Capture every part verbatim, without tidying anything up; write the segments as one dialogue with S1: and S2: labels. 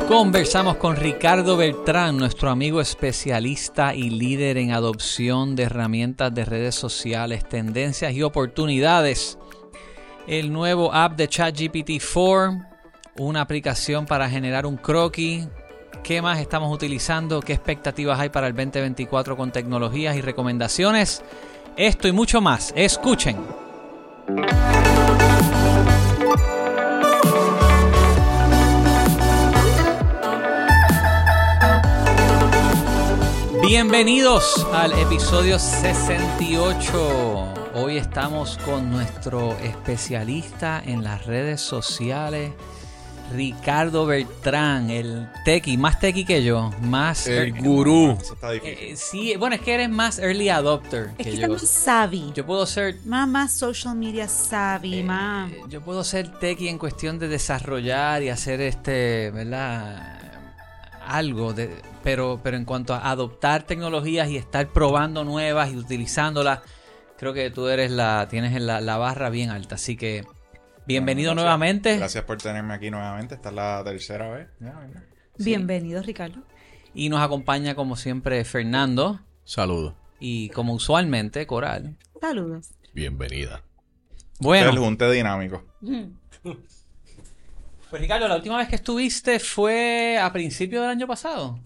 S1: Conversamos con Ricardo Beltrán, nuestro amigo especialista y líder en adopción de herramientas de redes sociales, tendencias y oportunidades. El nuevo app de ChatGPT cuatro, una aplicación para generar un croquis. ¿Qué más estamos utilizando? ¿Qué expectativas hay para el veinte veinticuatro con tecnologías y recomendaciones? Esto y mucho más. Escuchen. Bienvenidos al episodio sesenta y ocho. Hoy estamos con nuestro especialista en las redes sociales, Ricardo Beltrán, el tequi, más tequi que yo, más
S2: el gurú.
S3: Eso está difícil.
S1: Eh, sí, bueno, es que eres más early adopter
S4: Es
S1: que
S4: que
S1: yo.
S4: estás más savvy.
S1: Yo puedo ser,
S4: Más, más social media savvy,
S1: eh,
S4: más.
S1: yo puedo ser tequi en cuestión de desarrollar y hacer este, ¿verdad? Algo de, pero, pero en cuanto a adoptar tecnologías y estar probando nuevas y utilizándolas, creo que tú eres la, tienes la, la barra bien alta, así que bienvenido
S3: Bueno, gracias.
S1: nuevamente.
S3: Gracias por tenerme aquí nuevamente. Esta es la tercera vez. Ya, ¿verdad?
S1: Sí.
S4: Bienvenido, Ricardo.
S1: Y nos acompaña como siempre Fernando
S2: Saludos.
S1: y como usualmente Coral.
S4: Saludos.
S2: Bienvenida.
S1: Bueno,
S3: El junte dinámico.
S1: pues Ricardo, la última vez que estuviste fue a principios del año pasado.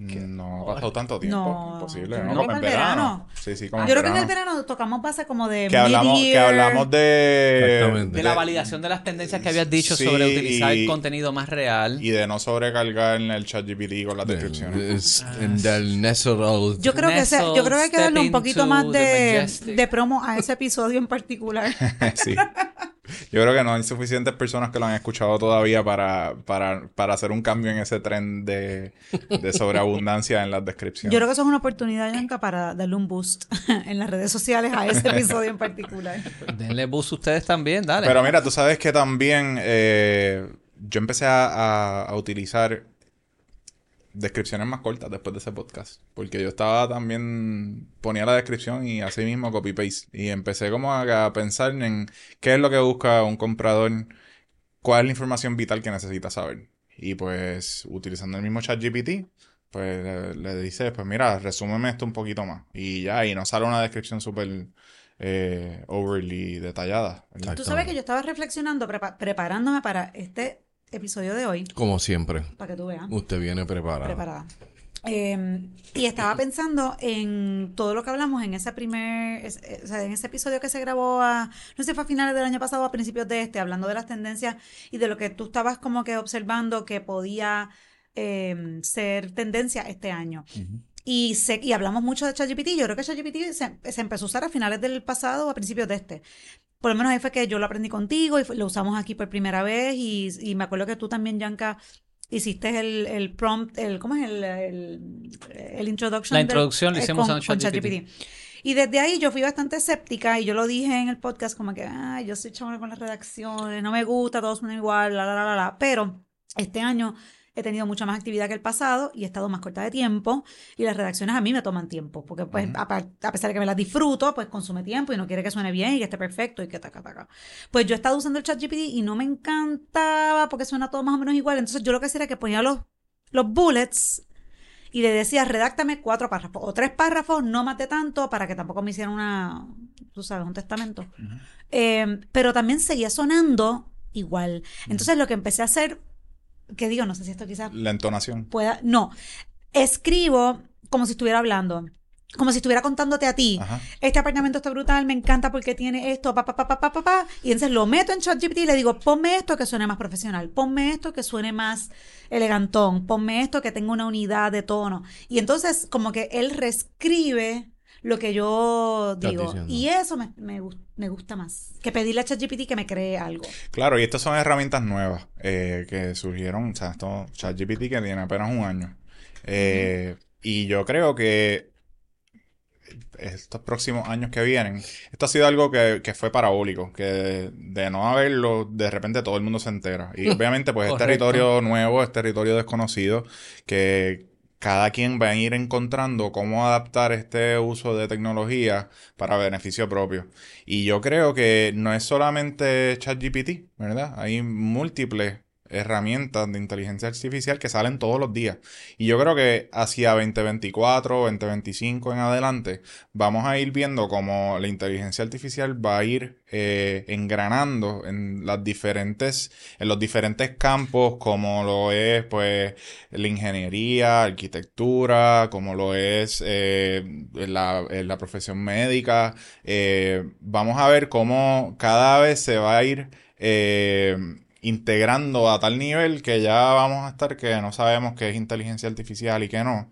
S3: No ha pasado tanto tiempo.
S4: No,
S3: Imposible.
S4: yo
S3: No,
S4: creo
S3: como
S4: que
S3: en
S4: para el
S3: verano.
S4: verano.
S3: Sí, sí, como
S4: Yo creo que en el verano tocamos base como de
S3: Que hablamos, que
S4: mid-year.
S3: hablamos de...
S2: Exactamente.
S1: De la validación de las tendencias que habías dicho
S3: Sí,
S1: sobre utilizar
S3: y-
S1: contenido más real.
S3: Y de no sobrecargar el ChatGPT con las descripciones.
S2: Es- del natural.
S4: Yo creo que ese- yo creo que hay que darle un poquito
S1: Step
S4: más
S1: into the
S4: de,
S1: majestic.
S4: de promo a ese episodio en particular.
S3: Sí. Yo creo que no hay suficientes personas que lo han escuchado todavía para, para, para hacer un cambio en ese tren de, de sobreabundancia en las descripciones.
S4: Yo creo que eso es una oportunidad, Yanka, para darle un boost en las redes sociales a ese episodio en particular.
S1: Denle boost ustedes también, dale.
S3: Pero mira, tú sabes que también eh, yo empecé a, a, a utilizar descripciones más cortas después de ese podcast. Porque yo estaba también... Ponía la descripción y así mismo copy-paste. Y empecé como a, a pensar en qué es lo que busca un comprador, cuál es la información vital que necesita saber. Y pues, utilizando el mismo ChatGPT, pues le, le dices, pues mira, resúmeme esto un poquito más. Y ya, y no sale una descripción súper eh, overly detallada. ¿verdad?
S4: Tú sabes que yo estaba reflexionando, prepa- preparándome para este episodio de hoy,
S2: Como siempre.
S4: para que tú veas.
S2: Usted viene preparado.
S4: Preparada. Eh, y estaba pensando en todo lo que hablamos en ese primer, es- eh, o sea, en ese episodio que se grabó a, no sé si fue a finales del año pasado o a principios de este, hablando de las tendencias y de lo que tú estabas como que observando que podía eh, ser tendencia este año.
S1: Ujú.
S4: Y, sé, y hablamos mucho de ChatGPT. Yo creo que ChatGPT se, se empezó a usar a finales del pasado o a principios de este. Por lo menos ahí fue que yo lo aprendí contigo y fue- lo usamos aquí por primera vez. Y, y me acuerdo que tú también, Yanka, hiciste el, el prompt, el, ¿cómo es? El, el, el introduction.
S1: La
S4: del-
S1: introducción lo
S4: eh,
S1: hicimos
S4: con,
S1: en
S4: con
S1: ChatGPT.
S4: ChatGPT. Y desde ahí yo fui bastante escéptica y yo lo dije en el podcast como que, ay, yo soy chabona con las redacciones, no me gusta, todos son igual, la, la, la, la, la. Pero este año he tenido mucha más actividad que el pasado y he estado más corta de tiempo y las redacciones a mí me toman tiempo porque pues
S3: Ujú.
S4: a, pa- a pesar de que me las disfruto, pues consume tiempo y no quiere que suene bien y que esté perfecto y que taca, taca. Pues yo he estado usando el ChatGPT y no me encantaba porque suena todo más o menos igual. Entonces yo lo que hacía era que ponía los, los bullets y le decía, redáctame cuatro párrafos o tres párrafos, no más de tanto, para que tampoco me hicieran una, tú sabes, un testamento. Eh, pero también seguía sonando igual. Entonces lo que empecé a hacer, que digo, no sé si esto quizás
S3: La entonación.
S4: pueda, no, escribo como si estuviera hablando. Como si estuviera contándote a ti.
S3: Ajá.
S4: Este apartamento está brutal, me encanta porque tiene esto, pa, pa, pa, pa, pa, pa, pa. Y entonces lo meto en ChatGPT y le digo, ponme esto que suene más profesional, ponme esto que suene más elegantón, ponme esto que tenga una unidad de tono. Y entonces como que él reescribe lo que yo
S2: Estás
S4: digo.
S2: diciendo.
S4: Y eso me, me, gus- me gusta más que pedirle a ChatGPT que me cree algo.
S3: Claro, y estas son herramientas nuevas eh, que surgieron, o sea, esto, ChatGPT que tiene apenas un año. Eh, Y yo creo que estos próximos años que vienen, esto ha sido algo que, que fue parabólico, que de, de no haberlo, de repente todo el mundo se entera. Y obviamente pues es
S1: Correcto.
S3: territorio nuevo, es territorio desconocido, que cada quien va a ir encontrando cómo adaptar este uso de tecnología para beneficio propio. Y yo creo que no es solamente ChatGPT, ¿verdad? Hay múltiples herramientas de inteligencia artificial que salen todos los días. Y yo creo que hacia veinte veinticuatro, veinte veinticinco en adelante, vamos a ir viendo cómo la inteligencia artificial va a ir eh, engranando en las diferentes, en los diferentes campos, como lo es, pues, la ingeniería, arquitectura, como lo es eh, la, la profesión médica. Eh, vamos a ver cómo cada vez se va a ir eh, integrando a tal nivel que ya vamos a estar que no sabemos qué es inteligencia artificial y qué no.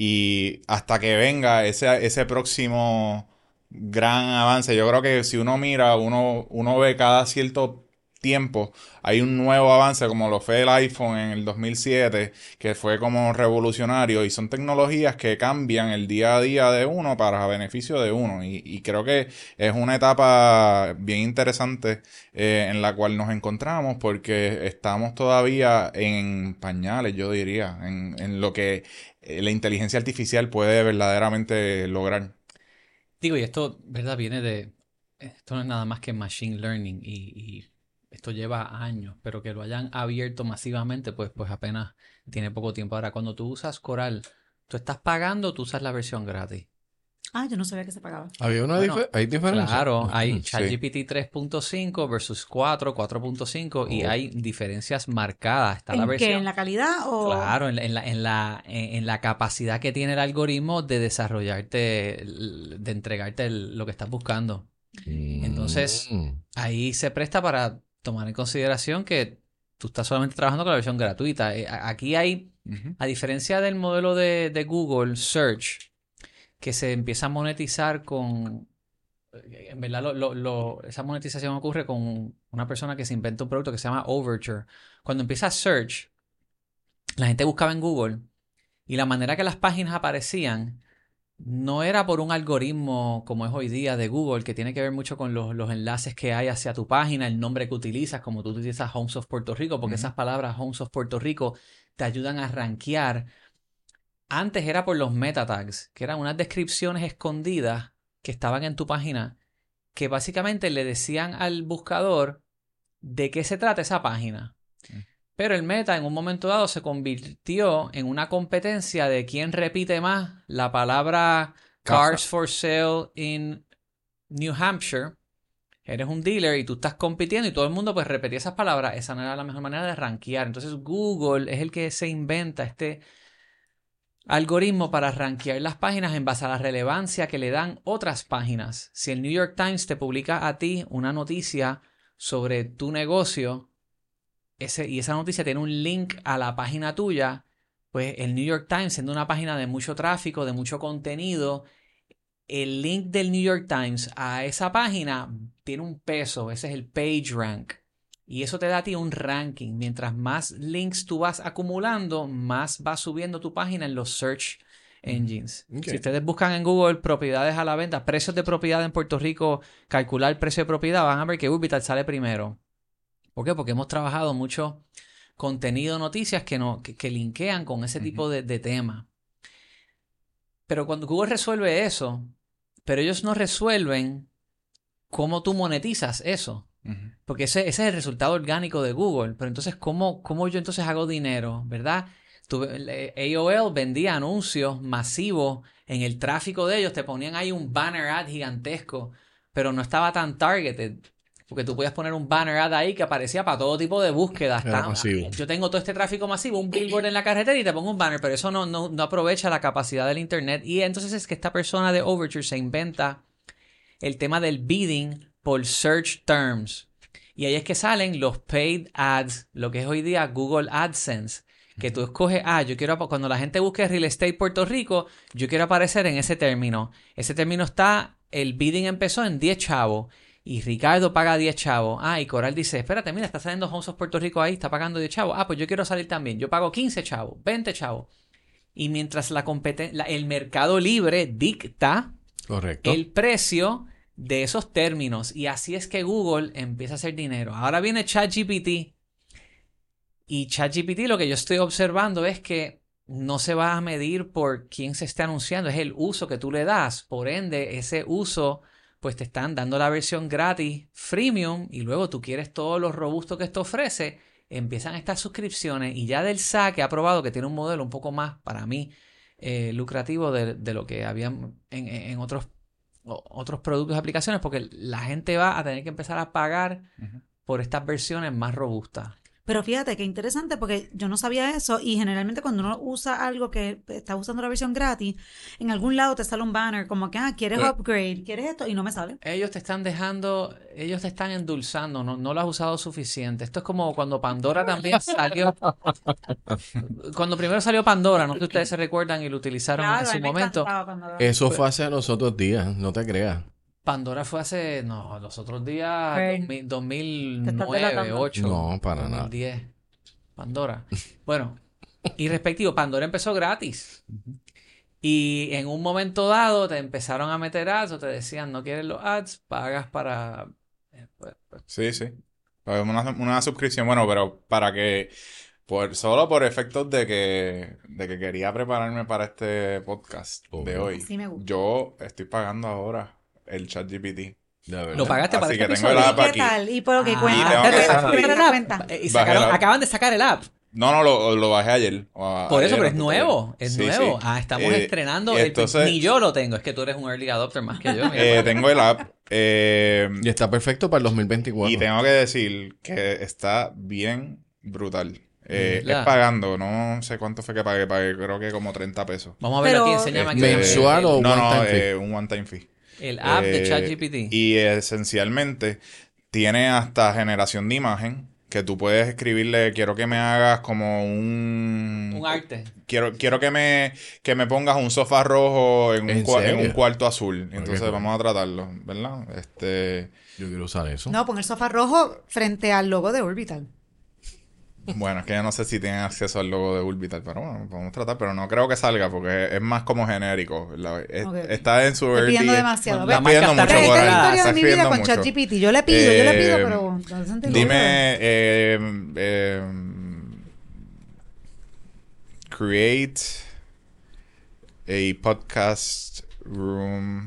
S3: Y hasta que venga ese, ese próximo gran avance, yo creo que si uno mira, uno, uno ve cada cierto tiempo, hay un nuevo avance como lo fue el iPhone en el dos mil siete, que fue como revolucionario, y son tecnologías que cambian el día a día de uno para beneficio de uno, y, y creo que es una etapa bien interesante eh, en la cual nos encontramos, porque estamos todavía en pañales, yo diría, en, en lo que eh, la inteligencia artificial puede verdaderamente lograr.
S1: Digo, y esto, ¿verdad? Viene de... Esto no es nada más que machine learning y, y esto lleva años, pero que lo hayan abierto masivamente, pues, pues apenas tiene poco tiempo. Ahora, cuando tú usas Coral, ¿tú estás pagando o tú usas la versión gratis?
S4: Ah, yo no sabía que se pagaba.
S2: ¿Había una
S1: Bueno,
S2: difer- ¿Hay diferencia?
S1: Claro, hay
S3: Sí.
S1: ChatGPT tres punto cinco versus cuatro, cuatro punto cinco y
S2: Oh.
S1: hay diferencias marcadas. Está la
S4: ¿En
S1: versión...
S4: qué? ¿En la calidad o...?
S1: Claro, en la, en la, en la, en, en la capacidad que tiene el algoritmo de desarrollarte, el- de entregarte el- lo que estás buscando. Entonces,
S2: Mm.
S1: ahí se presta para tomar en consideración que tú estás solamente trabajando con la versión gratuita. Eh, a- Aquí hay,
S3: Ujú.
S1: a diferencia del modelo de, de Google Search, que se empieza a monetizar con... eh, En verdad, lo, lo- lo- esa monetización ocurre con una persona que se inventa un producto que se llama Overture. Cuando empieza Search, la gente buscaba en Google y la manera que las páginas aparecían no era por un algoritmo como es hoy día de Google, que tiene que ver mucho con los, los enlaces que hay hacia tu página, el nombre que utilizas, como tú utilizas Homes of Puerto Rico, porque
S3: Ujú.
S1: esas palabras Homes of Puerto Rico te ayudan a rankear. Antes era por los meta tags, que eran unas descripciones escondidas que estaban en tu página, que básicamente le decían al buscador de qué se trata esa página. Pero el meta en un momento dado se convirtió en una competencia de quién repite más la palabra
S3: Casa.
S1: Cars for Sale in New Hampshire. Eres un dealer y tú estás compitiendo y todo el mundo pues repetía esas palabras. Esa no era la mejor manera de rankear. Entonces Google es el que se inventa este algoritmo para rankear las páginas en base a la relevancia que le dan otras páginas. Si el New York Times te publica a ti una noticia sobre tu negocio, ese, y esa noticia tiene un link a la página tuya, pues el New York Times, siendo una página de mucho tráfico, de mucho contenido, el link del New York Times a esa página tiene un peso, ese es el page rank. Y eso te da a ti un ranking. Mientras más links tú vas acumulando, más va subiendo tu página en los search engines.
S2: Okay.
S1: Si ustedes buscan en Google propiedades a la venta, precios de propiedad en Puerto Rico, calcular el precio de propiedad, van a ver que Urbital sale primero. ¿Por qué? Porque hemos trabajado mucho contenido, noticias que, no, que, que linkean con ese tipo de, de tema. Pero cuando Google resuelve eso, pero ellos no resuelven cómo tú monetizas eso.
S3: Ujú.
S1: Porque ese, ese es el resultado orgánico de Google. Pero entonces, ¿cómo, cómo yo entonces hago dinero? ¿Verdad? Tú, A O L vendía anuncios masivos en el tráfico de ellos. Te ponían ahí un banner ad gigantesco, pero no estaba tan targeted. Porque tú podías poner un banner ad ahí que aparecía para todo tipo de búsquedas.
S2: Era
S1: Está-
S2: masivo.
S1: Yo tengo todo este tráfico masivo, un billboard en la carretera y te pongo un banner, pero eso no, no, no aprovecha la capacidad del internet. Y entonces es que esta persona de Overture se inventa el tema del bidding por search terms. Y ahí es que salen los paid ads, lo que es hoy día Google AdSense. Que tú escoges, ah, yo quiero, cuando la gente busque real estate Puerto Rico, yo quiero aparecer en ese término. Ese término está, el bidding empezó en diez chavos. Y Ricardo paga diez chavos. Ah, y Coral dice, espérate, mira, está saliendo Homes of Puerto Rico ahí, está pagando diez chavos. Ah, pues yo quiero salir también. Yo pago quince chavos, veinte chavos. Y mientras la competen- la, el mercado libre dicta
S2: Correcto.
S1: el precio de esos términos. Y así es que Google empieza a hacer dinero. Ahora viene ChatGPT. Y ChatGPT lo que yo estoy observando es que no se va a medir por quién se esté anunciando, es el uso que tú le das. Por ende, ese uso, pues te están dando la versión gratis, freemium, y luego tú quieres todo lo robusto que esto ofrece. empiezan estas suscripciones y ya del S A C ha probado que tiene un modelo un poco más, para mí, eh, lucrativo de, de lo que había en, en, en otros, otros productos y aplicaciones, porque la gente va a tener que empezar a pagar uh-huh. por estas versiones más robustas.
S4: Pero fíjate qué interesante porque yo no sabía eso y generalmente cuando uno usa algo que está usando la versión gratis, en algún lado te sale un banner como que, ah, ¿quieres Pero, upgrade? ¿Quieres esto? Y no me sale.
S1: Ellos te están dejando, ellos te están endulzando, no, no lo has usado suficiente. Esto es como cuando Pandora también salió. Cuando primero salió Pandora, no sé si ustedes se recuerdan y lo utilizaron claro, en su momento.
S2: Eso fue hace los otros días, no te creas.
S1: Pandora fue hace, no, los otros días, dos mil nueve, dos mil ocho.
S2: No, para
S1: dos mil diez. Nada. Pandora. Bueno, y respectivo, Pandora empezó gratis. Y en un momento dado te empezaron a meter ads o te decían, no quieres los ads, pagas para...
S3: Pues, pues. Sí, sí. Una, una suscripción, bueno, pero para que... Por, solo por efectos de que, de que quería prepararme para este podcast oh, de hoy.
S4: Sí me gusta.
S3: Yo estoy pagando ahora el ChatGPT.
S1: ¿Lo pagaste para
S3: Así
S1: este
S3: que tengo el app
S4: ¿Y qué
S3: aquí.
S4: tal? ¿Y por lo que
S1: ah,
S4: cuenta?
S1: Y, y sacaron, acaban de sacar el app.
S3: No, no, lo, lo bajé ayer.
S1: Por
S3: ayer,
S1: eso, pero es nuevo. Es sí, nuevo. Sí. Ah, estamos eh, estrenando.
S3: Entonces,
S1: el, ni yo lo tengo. Es que tú eres un early adopter más que yo.
S3: Eh, tengo el app. Eh,
S2: y está perfecto para el dos mil veinticuatro.
S3: Y tengo que decir que está bien brutal. Eh, es pagando, no sé cuánto fue que pagué, pagué creo que como treinta pesos.
S1: Vamos a verlo aquí, enséñame aquí.
S2: ¿Mensual o
S3: no,
S2: one
S3: no,
S2: time fee?
S3: Eh, un one time fee.
S1: El app eh, de ChatGPT.
S3: Y esencialmente tiene hasta generación de imagen, que tú puedes escribirle, quiero que me hagas como un...
S1: Un arte.
S3: Quiero, quiero que me que me pongas un sofá rojo en un,
S2: ¿En,
S3: cua- en un cuarto azul. Entonces okay, vamos a tratarlo, ¿verdad? Este...
S2: Yo quiero usar eso.
S4: No, pon el sofá rojo frente al logo de Orbital.
S3: Bueno, es que yo no sé si tienen acceso al logo de Orbital, pero bueno, podemos tratar, pero no creo que salga porque es más como genérico. La, es, okay. Está en su...
S4: Estoy pidiendo demasiado.
S3: Está pidiendo mucho por ahí.
S4: Esta historia de mi vida con ChatGPT. Yo le pido, eh, yo le pido, pero... No
S3: dime... Eh, eh, create a podcast room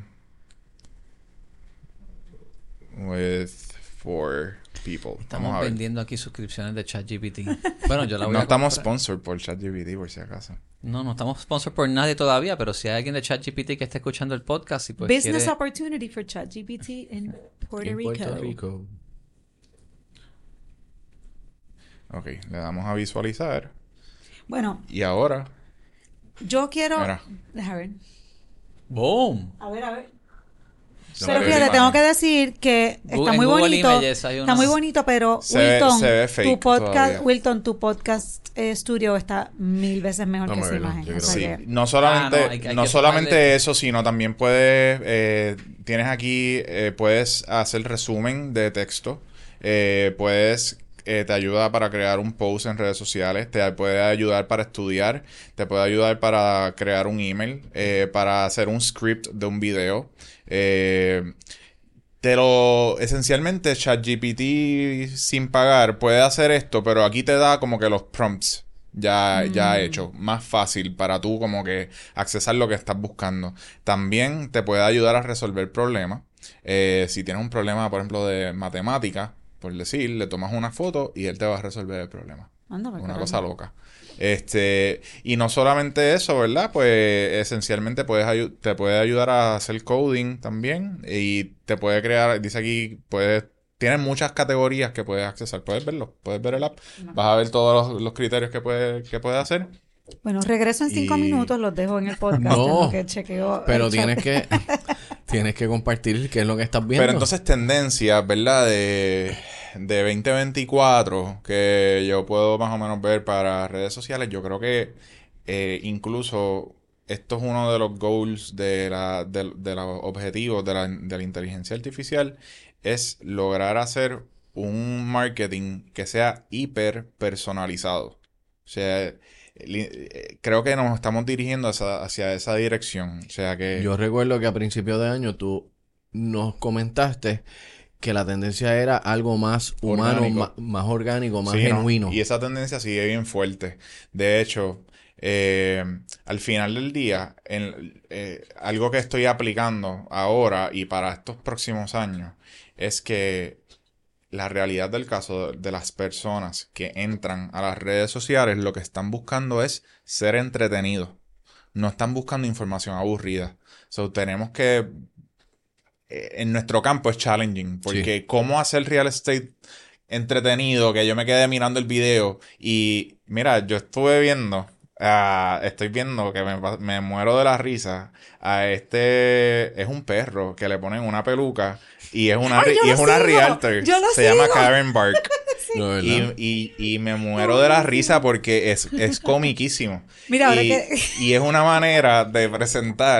S3: with four... people.
S1: Estamos vendiendo aquí suscripciones de ChatGPT. Bueno, yo la voy
S3: no
S1: a
S3: estamos sponsored por ChatGPT, por si acaso.
S1: No, no estamos sponsored por nadie todavía, pero si hay alguien de ChatGPT que esté escuchando el podcast y pues
S4: Business
S1: quiere...
S4: opportunity for ChatGPT in Puerto
S2: en
S4: Rico.
S2: Puerto Rico.
S3: Ok, le damos a visualizar.
S4: Bueno.
S3: Y ahora...
S4: Yo quiero...
S3: Mira.
S4: Déjame ver.
S1: Boom.
S4: A ver, a ver. Pero fíjate, tengo que decir que está
S1: Google,
S4: muy bonito,
S1: Images, unos...
S4: está muy bonito, pero
S3: se
S4: Wilton,
S3: ve, se ve fake
S4: tu podcast,
S3: todavía.
S4: Wilton, tu podcast eh, studio está mil veces mejor
S2: no
S4: que esa
S2: verlo,
S4: imagen. O sea
S3: sí,
S4: que...
S3: no solamente,
S1: ah, no, hay, hay
S3: no
S1: que
S3: solamente
S1: tomarle...
S3: eso, sino también puedes, eh, tienes aquí, eh, puedes hacer resumen de texto, eh, puedes Eh, te ayuda para crear un post en redes sociales, te puede ayudar para estudiar, te puede ayudar para crear un email, eh, para hacer un script de un video. Eh, te lo, esencialmente ChatGPT sin pagar puede hacer esto, pero aquí te da como que los prompts ya, mm. ya hecho, más fácil para tú como que accesar lo que estás buscando. También te puede ayudar a resolver problemas. Eh, si tienes un problema, por ejemplo, de matemática, por decir, le tomas una foto y él te va a resolver el problema.
S4: Anda,
S3: una
S4: caramba.
S3: cosa loca. Este, y no solamente eso, ¿verdad? Pues esencialmente puedes ayu- te puede ayudar a hacer coding también y te puede crear, dice aquí, puedes, tienes muchas categorías que puedes accesar. Puedes verlo, puedes ver el app, no. Vas a ver todos los, los criterios que puede, que puede hacer.
S4: Bueno, regreso en cinco y... minutos, los dejo en el podcast.
S2: No,
S4: que chequeo
S2: pero tienes que tienes que compartir qué es lo que estás viendo.
S3: Pero entonces tendencias, ¿verdad? De, de veinte veinticuatro que yo puedo más o menos ver para redes sociales. Yo creo que eh, incluso esto es uno de los goals de, la, de, de los objetivos de la, de la inteligencia artificial, es lograr hacer un marketing que sea hiper personalizado. O sea... creo que nos estamos dirigiendo hacia, hacia esa dirección. O sea que...
S2: Yo recuerdo que a principios de año tú nos comentaste que la tendencia era algo más humano, más, más orgánico, más
S3: sí,
S2: genuino.
S3: No. Y esa tendencia sigue bien fuerte. De hecho, eh, al final del día, en, eh, algo que estoy aplicando ahora y para estos próximos años es que la realidad del caso de, de las personas que entran a las redes sociales, lo que están buscando es ser entretenidos. No están buscando información aburrida. So, tenemos que... eh, en nuestro campo es challenging. Porque
S2: Sí.
S3: cómo hacer real estate entretenido, que yo me quedé mirando el video y... Mira, yo estuve viendo... ah, estoy viendo que me, pa- me muero de la risa. A este... Es un perro que le ponen una peluca y es una,
S4: ¡Ay,
S3: re-
S4: yo
S3: y
S4: lo
S3: es una
S4: sigo!
S3: realtor.
S4: ¡Yo lo
S3: Se llama
S4: sigo!
S3: Karen Bark.
S2: No, ¿verdad?
S3: Y, y, y me muero de la risa porque es, es comiquísimo.
S4: Mira, ahora
S3: y,
S4: que-
S3: y es una manera de presentar.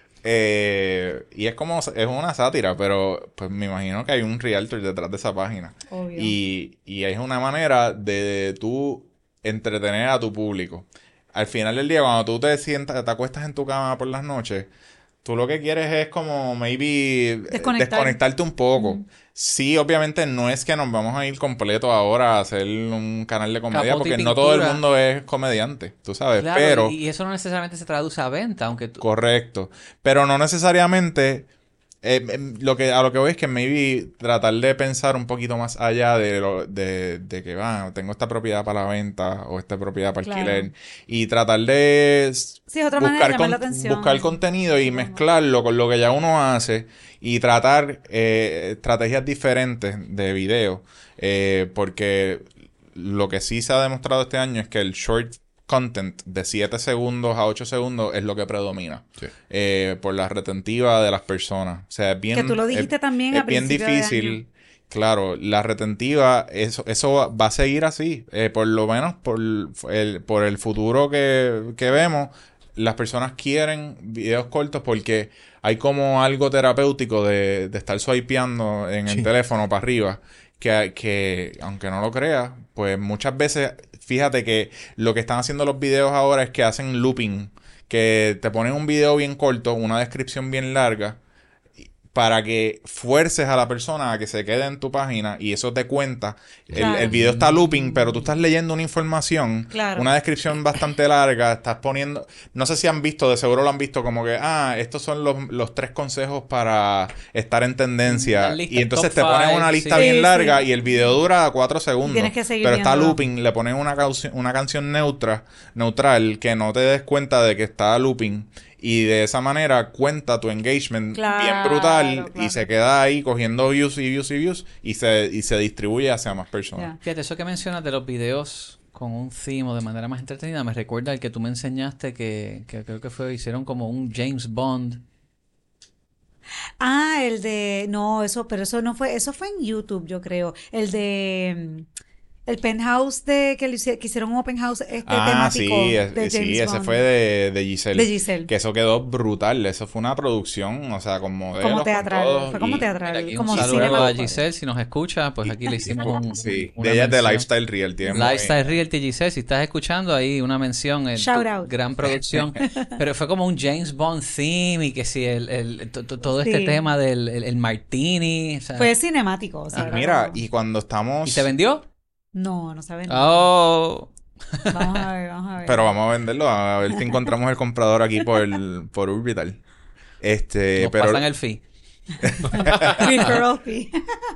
S3: eh, y es como. Es una sátira, pero pues me imagino que hay un realtor detrás de esa página.
S4: Obvio.
S3: Y, y es una manera de tú entretener a tu público. Al final del día, cuando tú te sientas, te acuestas en tu cama por las noches, tú lo que quieres es como maybe
S4: Desconectar.
S3: desconectarte un poco.
S4: Mm.
S3: Sí, obviamente no es que nos vamos a ir completo ahora a hacer un canal de comedia,
S1: Capote y
S3: porque no todo el
S1: pintura.
S3: mundo es comediante, tú sabes,
S1: Claro,
S3: pero...
S1: y, y eso no necesariamente se traduce a venta, aunque tú...
S3: Correcto. Pero no necesariamente... eh, em, lo que, a lo que voy es que maybe tratar de pensar un poquito más allá de, lo, de, de que, ah, tengo esta propiedad para la venta o esta propiedad para
S4: Claro.
S3: alquiler. Y tratar de
S4: Sí, es otra manera de llamar la atención.
S3: buscar contenido y
S4: Supongo.
S3: mezclarlo con lo que ya uno hace y tratar eh, estrategias diferentes de video. Eh, porque lo que sí se ha demostrado este año es que el short content de siete segundos a ocho segundos es lo que predomina.
S2: Sí.
S3: Eh, por la retentiva de las personas. O sea, es bien...
S4: Que tú lo dijiste
S3: es,
S4: también
S3: es
S4: a
S3: bien
S4: principio de
S3: difícil.
S4: año.
S3: Claro, la retentiva, eso, eso va- va a seguir así. Eh, por lo menos por el, por el futuro que, que vemos, las personas quieren videos cortos porque hay como algo terapéutico de, de estar swipeando en el
S2: Sí.
S3: teléfono para arriba. Que, que, aunque no lo creas, pues muchas veces, fíjate que lo que están haciendo los videos ahora es que hacen looping. Que te ponen un video bien corto, una descripción bien larga, para que fuerces a la persona a que se quede en tu página y eso te cuenta. El,
S4: Claro.
S3: el video está looping, pero tú estás leyendo una información,
S4: Claro.
S3: una descripción bastante larga, estás poniendo... No sé si han visto, de seguro lo han visto, como que, ah, estos son los, los tres consejos para estar en tendencia.
S1: La lista,
S3: Y entonces
S1: top
S3: te ponen
S1: five,
S3: una lista
S4: sí.
S3: bien
S4: Sí,
S3: larga
S4: sí.
S3: y el video dura cuatro segundos.
S4: Tienes que seguir
S3: pero está
S4: viéndolo.
S3: looping, le ponen una, cauci- una canción neutra, neutral, que no te des cuenta de que está looping. Y de esa manera cuenta tu engagement
S4: Claro,
S3: bien brutal
S4: claro.
S3: y se queda ahí cogiendo views y views y views y se, y se distribuye hacia más personas.
S4: Ya.
S1: Fíjate, eso que mencionas de los videos con un theme o de manera más entretenida me recuerda al que tú me enseñaste que, que creo que fue, hicieron como un James Bond.
S4: Ah, el de... No, eso, pero eso no fue... Eso fue en YouTube, yo creo. El de... mm, El penthouse de... Que, le hice- que hicieron un open house este
S3: Ah, sí,
S4: temático
S3: es-
S4: de
S3: sí,
S4: James
S3: ese
S4: Bond.
S3: fue de, de Giselle.
S4: De Giselle.
S3: Que eso quedó brutal. Eso fue una producción, o sea, con modelos.
S4: Como
S3: con
S4: teatral.
S3: todo,
S4: Fue como
S3: y-
S4: teatral.
S1: Mira, aquí
S4: como
S1: un saludo
S4: cinema.
S1: a Giselle, si nos escucha, pues aquí le hicimos un,
S3: Sí,
S1: una
S3: de ella es de
S1: mención.
S3: Lifestyle Real. Tiene muy-
S1: Lifestyle Realty Giselle, si estás escuchando ahí una mención, eh,
S4: Shout
S1: tu-
S4: out.
S1: gran producción, pero fue como un James Bond theme y que si el, el- to- to- todo este
S4: Sí.
S1: tema del el, el martini, o sea,
S4: Fue cinemático. O sea,
S3: Y
S4: era
S3: mira,
S4: como-
S3: y cuando estamos...
S1: ¿y te vendió?
S4: No, no saben nada.
S1: Oh,
S4: Vamos a ver, vamos a ver.
S3: Pero vamos a venderlo, a ver si encontramos el comprador aquí por, por Orbital. Este,
S1: nos
S3: pero...
S1: pasan el fee.
S4: Referral fee.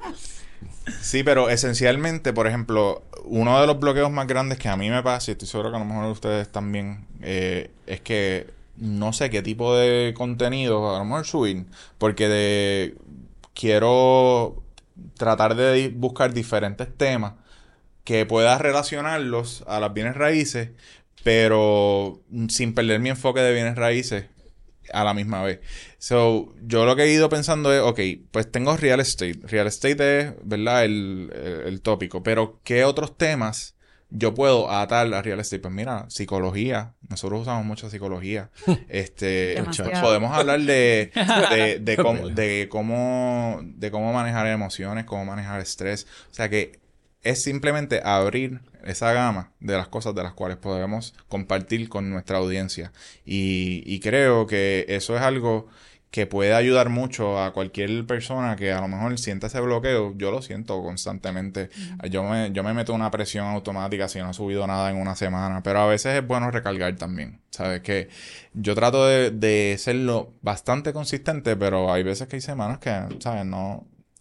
S3: Sí, pero esencialmente, por ejemplo, uno de los bloqueos más grandes que a mí me pasa, y estoy seguro que a lo mejor ustedes también, eh, es que no sé qué tipo de contenido a lo mejor subir, porque de quiero tratar de di- buscar diferentes temas que pueda relacionarlos a las bienes raíces, pero sin perder mi enfoque de bienes raíces a la misma vez. So, yo lo que he ido pensando es, ok, pues tengo real estate. Real estate es, ¿verdad? El, el, el tópico. Pero, ¿qué otros temas yo puedo atar a real estate? Pues mira, psicología. Nosotros usamos mucha psicología. Este,
S4: Demasiado.
S3: podemos hablar de, de, de, cómo, de cómo, de cómo manejar emociones, cómo manejar estrés. O sea que es simplemente abrir esa gama de las cosas de las cuales podemos compartir con nuestra audiencia. Y, y creo que eso es algo que puede ayudar mucho a cualquier persona que a lo mejor sienta ese bloqueo. Yo lo siento constantemente. Uh-huh. Yo me, yo me meto una presión automática si no he subido nada en una semana. Pero a veces es bueno recargar también. ¿Sabes? Que yo trato de, de serlo bastante consistente, pero hay veces que hay semanas que, ¿sabes? No...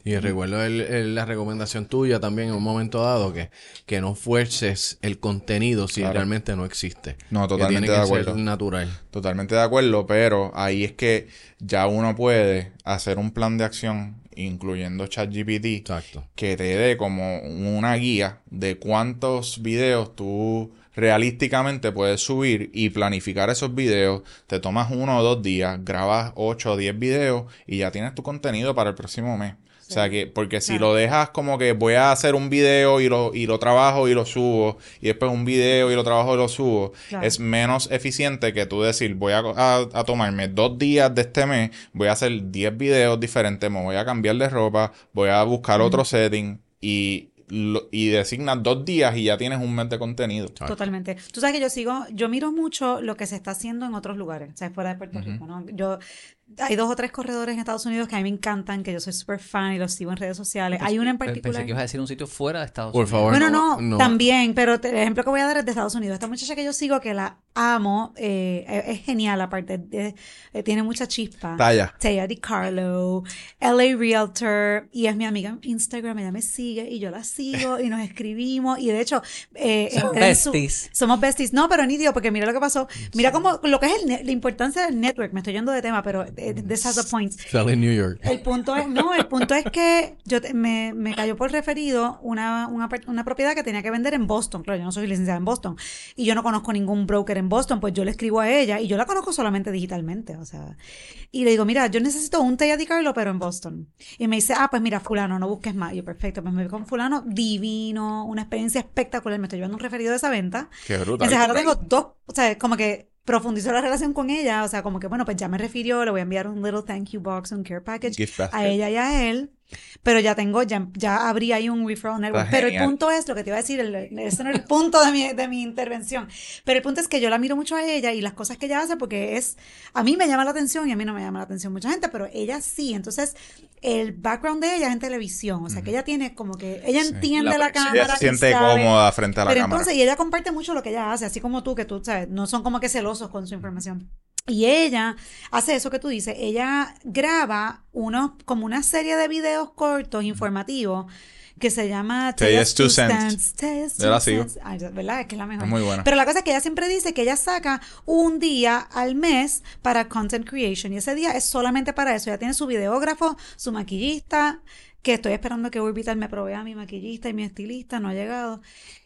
S2: Y recuerdo el, el, la recomendación tuya también en un momento dado, que, que no fuerces el contenido si claro. realmente no existe.
S3: No, totalmente
S2: que tiene
S3: de
S2: que
S3: acuerdo.
S2: Ser natural.
S3: Totalmente de acuerdo, pero ahí es que ya uno puede hacer un plan de acción, incluyendo ChatGPT,
S2: Exacto.
S3: que te dé como una guía de cuántos videos tú realísticamente puedes subir y planificar esos videos. Te tomas uno o dos días, grabas ocho o diez videos y ya tienes tu contenido para el próximo mes. Sí. O sea que, porque si claro. lo dejas como que voy a hacer un video y lo, y lo trabajo y lo subo, y después un video y lo trabajo y lo subo, claro. es menos eficiente que tú decir, voy a, a, a tomarme dos días de este mes, voy a hacer diez videos diferentes, me voy a cambiar de ropa, voy a buscar mm. otro setting y... Lo, y designas dos días y ya tienes un mes de contenido.
S4: Totalmente. Tú sabes que yo sigo, yo miro mucho lo que se está haciendo en otros lugares, o sea, fuera de Puerto uh-huh. Rico, ¿no? Yo, hay dos o tres corredores en Estados Unidos que a mí me encantan, que yo soy súper fan y los sigo en redes sociales. Hay una en particular.
S1: Pensé que ibas a decir un sitio fuera de Estados
S2: Por
S1: Unidos.
S2: favor,
S4: bueno,
S2: no,
S4: no,
S2: no,
S4: también, pero te, el ejemplo que voy a dar es de Estados Unidos. Esta muchacha que yo sigo, que la amo, eh, es, es genial, aparte, de, eh, tiene mucha chispa.
S3: Taya.
S4: Taya DiCarlo, L A Realtor, y es mi amiga en Instagram, ella me sigue y yo la sigo y nos escribimos, y de hecho... Eh,
S1: somos besties.
S4: Su, somos besties. No, pero nítido, porque mira lo que pasó. Mira cómo, lo que es el ne- la importancia del network, me estoy yendo de tema, pero eh, this has a point.
S2: Sale en New York.
S4: El punto es, no, el punto es que yo te, me, me cayó por referido una, una, una propiedad que tenía que vender en Boston. Claro, yo no soy licenciada en Boston y yo no conozco ningún broker en Boston, pues yo le escribo a ella y yo la conozco solamente digitalmente, o sea, y le digo, mira, yo necesito un Taya DiCarlo, pero en Boston. Y me dice, ah, pues mira, fulano, no busques más. Y yo, perfecto, pues me voy con fulano, divino, una experiencia espectacular, me estoy llevando un referido de esa venta.
S3: Qué brutal.
S4: Entonces ahora tengo dos, o sea, como que profundizó la relación con ella, o sea, como que, bueno, pues ya me refirió, le voy a enviar un little thank you box, un care package a ella y a él, pero ya tengo, ya, ya abrí ahí un referral network. Pero el punto es, lo que te iba a decir, el, ese no es el punto de mi, de mi intervención, pero el punto es que yo la miro mucho a ella y las cosas que ella hace, porque es, a mí me llama la atención y a mí no me llama la atención mucha gente, pero ella sí. Entonces, el background de ella es en televisión, o sea, mm. que ella tiene como que, ella sí. entiende la, la cámara.
S3: Ella se siente cómoda frente a la
S4: pero
S3: cámara.
S4: Entonces, y ella comparte mucho lo que ella hace, así como tú, que tú, sabes, no son como que celosos con su información. Y ella hace eso que tú dices, ella graba unos, como una serie de videos cortos, informativos, que se llama
S3: Taya's Two Cents.
S4: Yo
S3: la sigo.
S4: Ay, ¿verdad? Es que es la mejor.
S3: Es muy buena.
S4: Pero la cosa es que ella siempre dice que ella saca un día al mes para content creation, y ese día es solamente para eso. Ella tiene su videógrafo, su maquillista, que estoy esperando que Orbital me provea mi maquillista y mi estilista, no ha llegado.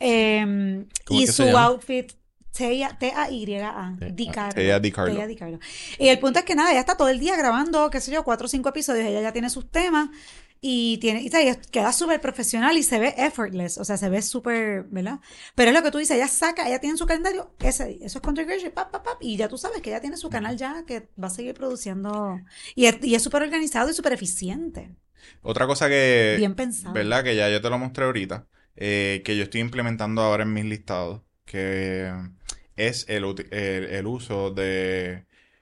S4: Eh, y su outfit... Taya, T A Y A, DiCarlo.
S3: Taya DiCarlo.
S4: Taya DiCarlo. Y el punto es que nada, ella está todo el día grabando, qué sé yo, cuatro o cinco episodios, ella ya tiene sus temas y tiene, y ella queda súper profesional y se ve effortless, o sea, se ve súper, ¿verdad? Pero es lo que tú dices, ella saca, ella tiene su calendario, ese, eso es content creation, pap, pap, pap, y ya tú sabes que ella tiene su canal ya que va a seguir produciendo, y es, y es súper organizado y súper eficiente.
S3: Otra cosa que,
S4: bien pensado,
S3: ¿verdad? Que ya yo te lo mostré ahorita, eh, que yo estoy implementando ahora en mis listados, que es el, el, el uso de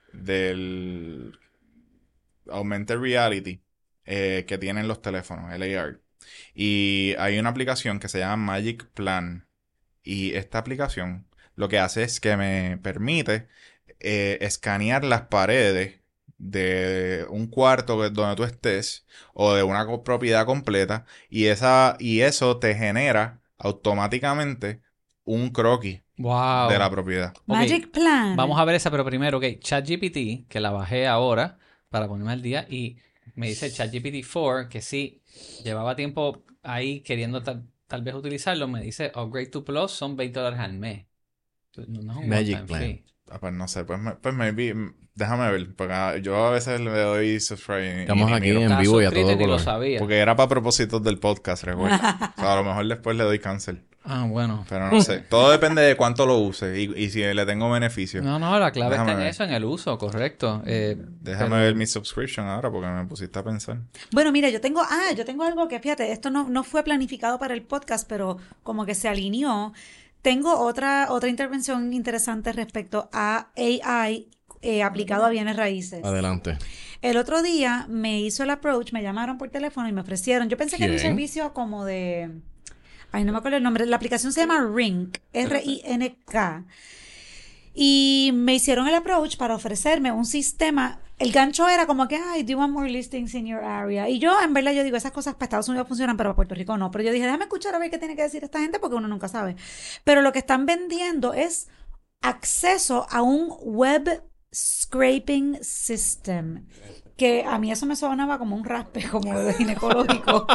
S3: del augmented reality eh, que tienen los teléfonos, el A R. Y hay una aplicación que se llama Magic Plan. Y esta aplicación lo que hace es que me permite eh, escanear las paredes de un cuarto donde tú estés o de una propiedad completa, y esa y eso te genera automáticamente un croquis
S1: wow.
S3: de la propiedad.
S4: Magic
S1: Okay.
S4: Plan.
S1: Vamos a ver esa, pero primero, ok, ChatGPT, que la bajé ahora para ponerme al día, y me dice ChatGPT cuatro que sí, llevaba tiempo ahí queriendo tal, tal vez utilizarlo, me dice Upgrade to Plus son veinte dólares al mes. No, no,
S2: Magic Plan.
S3: Ah, pues no sé, pues, pues maybe, déjame ver, porque yo a veces le doy subscribe.
S2: Estamos aquí en vivo y a todo color.
S1: Lo sabía.
S3: Porque era para propósitos del podcast, recuerda. O sea, a lo mejor después le doy cancel.
S1: Ah, bueno.
S3: Pero no sé. Todo depende de cuánto lo use y, y si le tengo beneficio.
S1: No, no, la clave
S3: Déjame
S1: está en
S3: ver.
S1: eso, en el uso, correcto. Eh,
S3: Déjame
S1: pero...
S3: ver mi subscription ahora porque me pusiste a pensar.
S4: Bueno, mira, yo tengo, ah, yo tengo algo que, fíjate, esto no, no fue planificado para el podcast, pero como que se alineó. Tengo otra, otra intervención interesante respecto a A I eh, aplicado a bienes raíces.
S2: Adelante.
S4: El otro día me hizo el approach, me llamaron por teléfono y me ofrecieron, yo pensé que era un servicio como de, ay, no me acuerdo el nombre, la aplicación se llama Rink, R I N K, y me hicieron el approach para ofrecerme un sistema el gancho era como que, ay, do you want more listings in your area? Y yo, en verdad, yo digo, esas cosas para Estados Unidos funcionan, pero para Puerto Rico no. Pero yo dije, déjame escuchar a ver qué tiene que decir esta gente, porque uno nunca sabe. Pero lo que están vendiendo es acceso a un web scraping system, que a mí eso me sonaba como un raspe, como de ginecológico.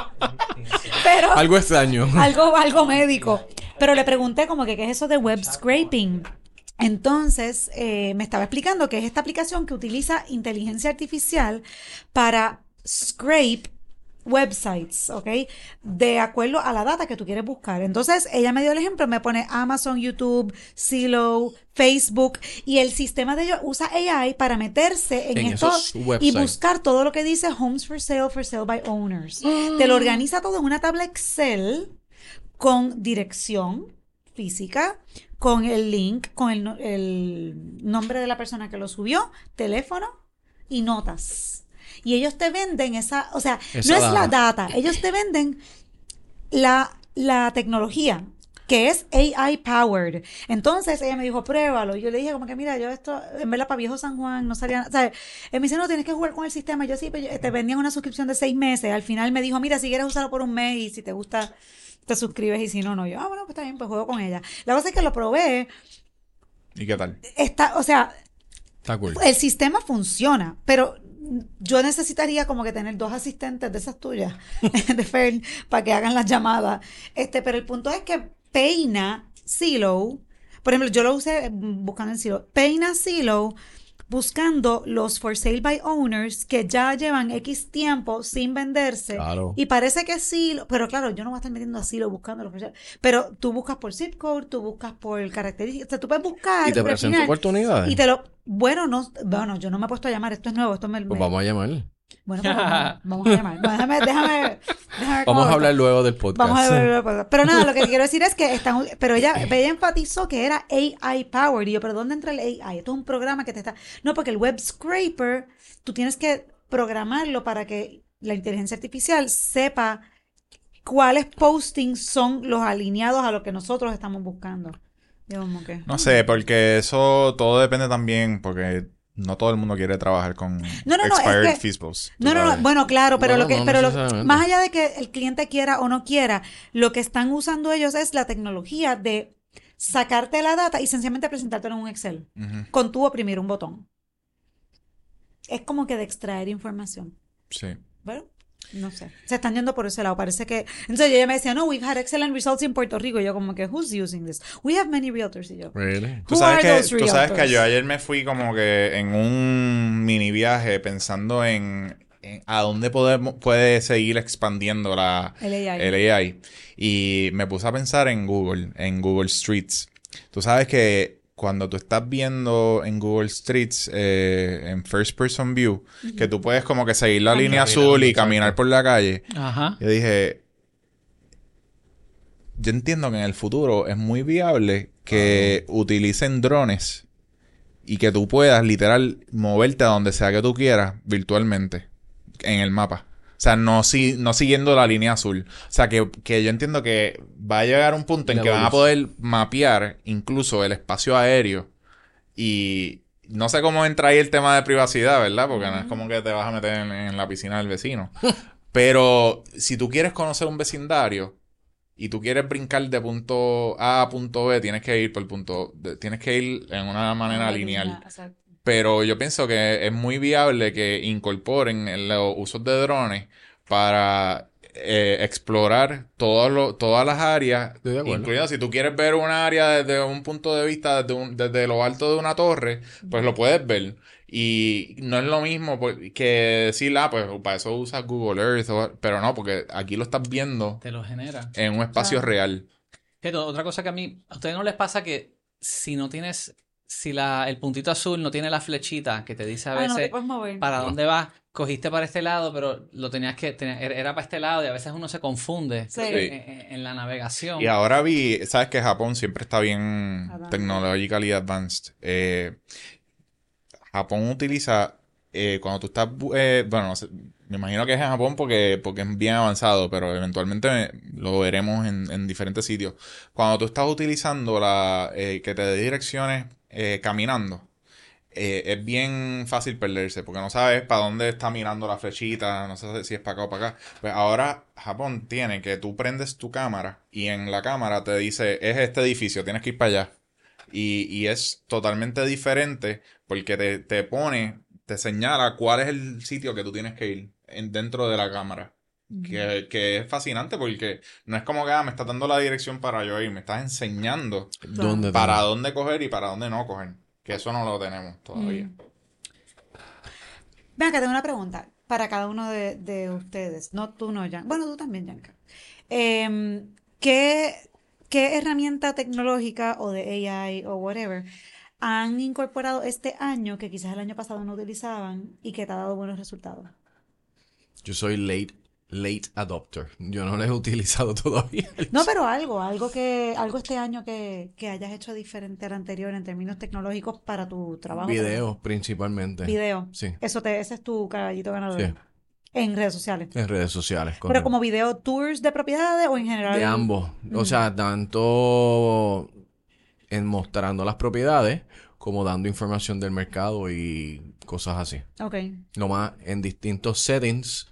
S4: Pero
S2: Algo extraño.
S4: algo, algo médico. Pero le pregunté como que qué es eso de web scraping. Entonces, eh, me estaba explicando que es esta aplicación que utiliza inteligencia artificial para scrape websites, ¿ok? De acuerdo a la data que tú quieres buscar. Entonces, ella me dio el ejemplo, me pone Amazon, YouTube, Zillow, Facebook, y el sistema de ellos usa A I para meterse en,
S2: En
S4: esto
S2: esos
S4: y
S2: websites.
S4: buscar todo lo que dice homes for sale, for sale by owners. Te lo organiza todo en una tabla Excel con dirección física, con el link, con el, no- el nombre de la persona que lo subió, teléfono y notas. Y ellos te venden esa, o sea,
S2: Esa
S4: no es la
S2: data.
S4: data, ellos te venden la, la tecnología, que es A I powered. Entonces ella me dijo, pruébalo. Y yo le dije como que, mira, yo esto, en verdad, para Viejo San Juan no salía, o sea, él me dice, no, tienes que jugar con el sistema. Yo sí, pero yo- te vendían una suscripción de seis meses. Al final me dijo, mira, si quieres usarlo por un mes y si te gusta, te suscribes y si no, no. Yo, ah, bueno, pues está bien, pues juego con ella. La cosa es que lo probé,
S3: ¿Y qué tal?
S4: está, o sea,
S2: Está cool.
S4: el sistema funciona, pero yo necesitaría como que tener dos asistentes de esas tuyas, de Fern, para que hagan las llamadas. Este, pero el punto es que peina Zillow, por ejemplo, yo lo usé mm, buscando en Zillow, peina Zillow buscando los for sale by owners que ya llevan X tiempo sin venderse.
S2: Claro.
S4: Y parece que sí, pero claro, yo no voy a estar metiendo a Zillow buscando los for sale. Pero tú buscas por zip code, tú buscas por características, o sea, tú puedes buscar.
S2: Y te
S4: pero al
S2: presento
S4: final-
S2: oportunidades.
S4: y te lo, bueno, no, bueno, yo no me he puesto a llamar, esto es nuevo, esto me,
S2: Pues
S4: me-
S2: vamos a llamar.
S4: bueno, pues vamos, vamos a llamar. Bueno, déjame, déjame, déjame cómo
S2: Vamos a
S4: va
S2: hablar
S4: esto.
S2: luego del podcast.
S4: Vamos a ver, pero nada, lo que quiero decir es que están, pero ella, ella enfatizó que era A I powered, y yo, pero ¿dónde entra el A I? Esto es un programa que te está, no, porque el web scraper, tú tienes que programarlo para que la inteligencia artificial sepa cuáles postings son los alineados a lo que nosotros estamos buscando. Yo como que,
S3: No sé, porque eso todo depende también, porque no todo el mundo quiere trabajar con
S4: No, no, no,
S3: expired
S4: es que-
S3: fiscals. tú
S4: No, no, no,
S3: sabes.
S4: bueno, claro, pero
S2: Bueno,
S4: lo que,
S2: no
S4: pero lo-
S2: necesariamente.
S4: más allá de que el cliente quiera o no quiera, lo que están usando ellos es la tecnología de sacarte la data y sencillamente presentártelo en un Excel,
S3: Ujú,
S4: con tú oprimir un botón. Es como que de extraer información.
S3: sí.
S4: Bueno, no sé. Se están yendo por ese lado. Parece que. Entonces ella me decía, no, we've had excellent results in Puerto Rico. Y yo, como que, who's using this? We have many realtors. Y yo,
S2: Really?
S3: Tú
S4: Who
S3: sabes,
S4: are
S3: que,
S4: those
S3: tú sabes que
S4: realtors?
S3: yo ayer me fui como que en un mini viaje pensando en, en a dónde podemos, puede seguir expandiendo la,
S4: El A I.
S3: el A I. Y me puse a pensar en Google, en Google Streets. Tú sabes que cuando tú estás viendo en Google Streets, eh, en First Person View, que tú puedes como que seguir la
S4: Caminar.
S3: línea azul y
S2: Exacto.
S3: caminar por la calle.
S1: Ajá.
S3: Yo dije, yo entiendo que en el futuro es muy viable que utilicen drones y que tú puedas literal moverte a donde sea que tú quieras virtualmente en el mapa. O sea, no, si, no siguiendo la línea azul. O sea, que, que yo entiendo que va a llegar un punto en
S2: La
S3: que van a
S2: evolución.
S3: poder mapear incluso el espacio aéreo. Y no sé cómo entra ahí el tema de privacidad, ¿verdad? Porque no es como que te vas a meter en, en la piscina del vecino. Pero si tú quieres conocer un vecindario y tú quieres brincar de punto A a punto B, tienes que ir por el punto... de- tienes que ir en una manera
S4: Ah,
S3: lineal.
S4: exacto.
S3: Pero yo pienso que es muy viable que incorporen el- los usos de drones para eh, explorar todos lo- todas las áreas,
S2: Estoy de acuerdo.
S3: incluyendo si tú quieres ver un área desde un punto de vista, desde, un- desde lo alto de una torre, pues lo puedes ver. Y no es lo mismo por- que decir, ah, pues para eso usas Google Earth, o- pero no, porque aquí lo estás viendo
S1: Te lo genera.
S3: en un espacio
S4: Claro.
S3: real.
S1: Pero otra cosa que a mí, ¿a ustedes no les pasa que si no tienes, si la, el puntito azul no tiene la flechita que te dice a
S4: Ah, no te
S1: veces
S4: puedes mover.
S1: para dónde vas, cogiste para este lado, pero lo tenías que, tenía- era era para este lado y a veces uno se confunde
S4: Sí.
S1: en, en- en la navegación.
S3: Y ahora vi, sabes que Japón siempre está bien
S4: Avanzado.
S3: technologically advanced. Eh, Japón utiliza, eh, cuando tú estás, bu- eh, bueno, no sé, me imagino que es en Japón porque, porque es bien avanzado, pero eventualmente lo veremos en, en diferentes sitios. Cuando tú estás utilizando la, eh, que te dé direcciones eh, caminando, eh, es bien fácil perderse porque no sabes para dónde está mirando la flechita, no sabes si es para acá o para acá. Pues ahora Japón tiene que tú prendes tu cámara y en la cámara te dice, es este edificio, tienes que ir para allá. Y, y es totalmente diferente porque te, te pone, te señala cuál es el sitio que tú tienes que ir en, dentro de la cámara.
S4: Ujú.
S3: Que, que es fascinante porque no es como que ah, me estás dando la dirección para yo ir, me estás enseñando
S2: ¿Dónde
S3: para
S2: tengo?
S3: dónde coger y para dónde no coger. Que eso no lo tenemos todavía.
S4: Mm. Ven acá, tengo una pregunta para cada uno de, de ustedes. No, tú no, Jan. Bueno, tú también, Yanka. Em, ¿qué, qué herramienta tecnológica o de A I o whatever han incorporado este año que quizás el año pasado no utilizaban y que te ha dado buenos resultados?
S2: Yo soy late, late adopter. Yo no lo he utilizado todavía.
S4: No, pero algo, algo que, algo este año que, que hayas hecho diferente al anterior en términos tecnológicos para tu trabajo. por
S2: Videos
S4: ejemplo.
S2: principalmente.
S4: Video.
S2: Sí,
S4: Eso te, ese es tu caballito ganador.
S2: sí.
S4: En redes sociales.
S2: En redes sociales.
S4: Pero
S2: correcto.
S4: como video tours de propiedades o en general.
S2: De ambos. O
S4: Mm.
S2: sea, tanto en mostrando las propiedades como dando información del mercado y cosas así.
S4: Ok.
S2: Nomás en distintos settings,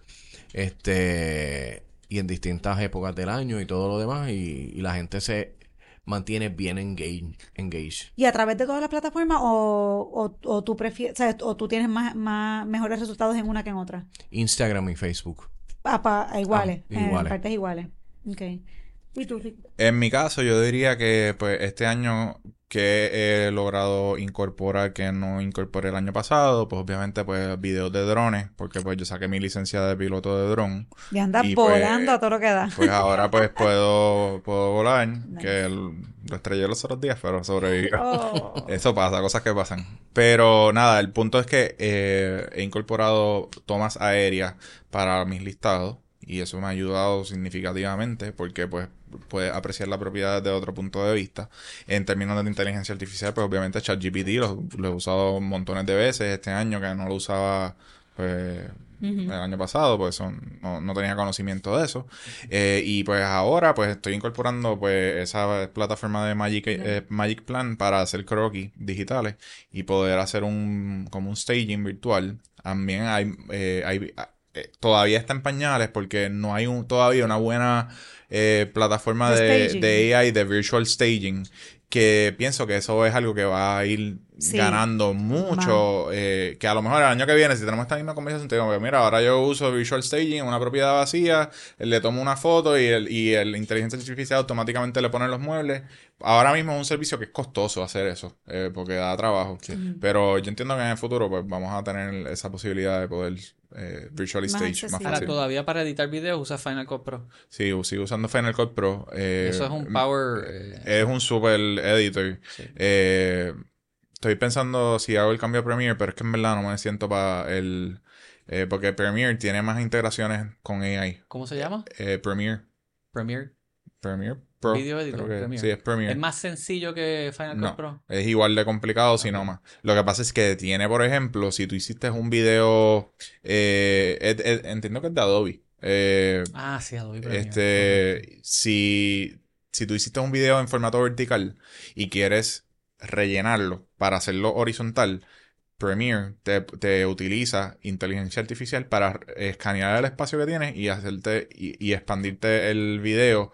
S2: este, y en distintas épocas del año y todo lo demás, y, y la gente se mantiene bien engaged. engaged.
S4: ¿Y a través de todas las plataformas o, o, o tú prefieres, sabes, o tú tienes más, más mejores resultados en una que en otra?
S2: Instagram y Facebook.
S4: Ah, pa- a iguales,
S2: Ah,
S4: en
S2: iguales.
S4: partes iguales. Ok. ¿Y tú, Rick?
S3: En mi caso, yo diría que pues este año que he logrado incorporar que no incorporé el año pasado, pues obviamente pues videos de drones, porque pues yo saqué mi licencia de piloto de dron.
S4: Y andas
S3: Y, pues,
S4: volando a todo lo que da.
S3: Pues ahora pues puedo, puedo volar,
S4: Nice.
S3: que el- lo estrellé los otros días, pero sobreviví.
S4: Oh.
S3: Eso pasa, cosas que pasan. Pero nada, el punto es que eh, he incorporado tomas aéreas para mis listados y eso me ha ayudado significativamente porque pues puedes apreciar la propiedad desde otro punto de vista. En términos de inteligencia artificial, pues obviamente ChatGPT lo, lo he usado montones de veces este año que no lo usaba pues
S4: Ujú.
S3: el año pasado, pues son, no, no tenía conocimiento de eso. Eh, y pues ahora pues estoy incorporando pues esa plataforma de Magic, eh, Magic Plan para hacer croquis digitales y poder hacer un como un staging virtual. También hay, eh, hay eh, todavía está en pañales porque no hay un, todavía una buena eh, plataforma
S4: De
S3: de,
S4: staging.
S3: de A I, de virtual staging, que pienso que eso es algo que va a ir
S4: Sí.
S3: ganando mucho, eh, que a lo mejor el año que viene, si tenemos esta misma conversación, te digo, pues mira, ahora yo uso Visual Staging en una propiedad vacía, le tomo una foto y el, y el inteligencia artificial automáticamente le pone los muebles. Ahora mismo es un servicio que es costoso hacer eso, eh, porque da trabajo. Pero yo entiendo que en el futuro pues vamos a tener esa posibilidad de poder eh, Virtual
S4: Más
S3: Stage
S4: accesible.
S3: más
S1: Ahora,
S3: fácil.
S1: todavía para editar videos usa Final Cut Pro.
S3: Sí, sigo usando Final Cut Pro. eh,
S1: Eso es un power... eh,
S3: Es un super editor.
S1: sí.
S3: Eh, estoy pensando si hago el cambio a Premiere, pero es que en verdad no me siento para el... eh, porque Premiere tiene más integraciones con A I.
S1: ¿Cómo se llama?
S3: Eh, Premiere.
S1: Premiere.
S3: Premiere Pro.
S1: Video Editor,
S3: creo que-
S1: Premiere.
S3: Sí, es Premiere.
S1: ¿Es más sencillo que Final Cut
S3: No,
S1: Pro?
S3: es igual de complicado, si no más. Lo que pasa es que tiene, por ejemplo, si tú hiciste un video... Eh, es- es- entiendo que es de Adobe. Eh,
S1: Ah, sí, Adobe Premiere.
S3: este, si, si tú hiciste un video en formato vertical y quieres rellenarlo para hacerlo horizontal, Premiere te, te utiliza inteligencia artificial para escanear el espacio que tienes y hacerte y, y expandirte el video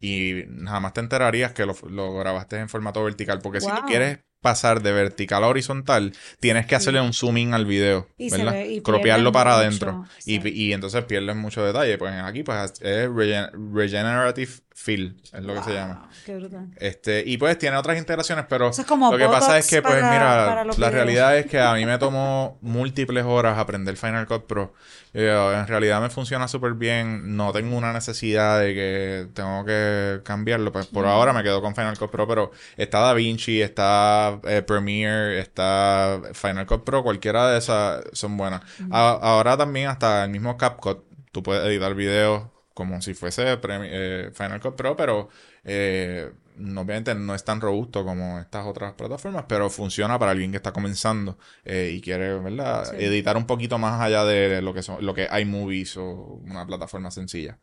S3: y jamás te enterarías que lo, lo grabaste en formato vertical, porque si tú
S4: Wow.
S3: quieres pasar de vertical a horizontal, tienes que hacerle un zoom in al video,
S4: Y se
S3: ¿verdad?
S4: ve- y
S3: Cropearlo
S4: pierdes
S3: para
S4: mucho,
S3: adentro. Y,
S4: exacto.
S3: y entonces pierdes mucho detalle. Pues aquí pues es regen- regenerative fill, es lo que se
S4: Wow,
S3: llama.
S4: qué brutal.
S3: Este, y pues tiene otras integraciones, pero
S4: Eso es como
S3: lo que pasa
S4: Botox
S3: es que, pues,
S4: para-
S3: mira,
S4: para los
S3: la
S4: videos.
S3: realidad es que a mí me tomó múltiples horas aprender Final Cut Pro. Eh, en realidad me funciona súper bien. No tengo una necesidad de que tengo que cambiarlo. Pues por ahora me quedo con Final Cut Pro, pero está DaVinci, está eh, Premiere, está Final Cut Pro, cualquiera de esas son buenas. A- ahora también hasta el mismo CapCut, tú puedes editar videos como si fuese Premi- eh, Final Cut Pro, pero eh, no, obviamente no es tan robusto como estas otras plataformas, pero funciona para alguien que está comenzando eh, y quiere, ¿verdad?
S4: Sí.
S3: Editar un poquito más allá de lo que son, lo que hay iMovies o una plataforma sencilla.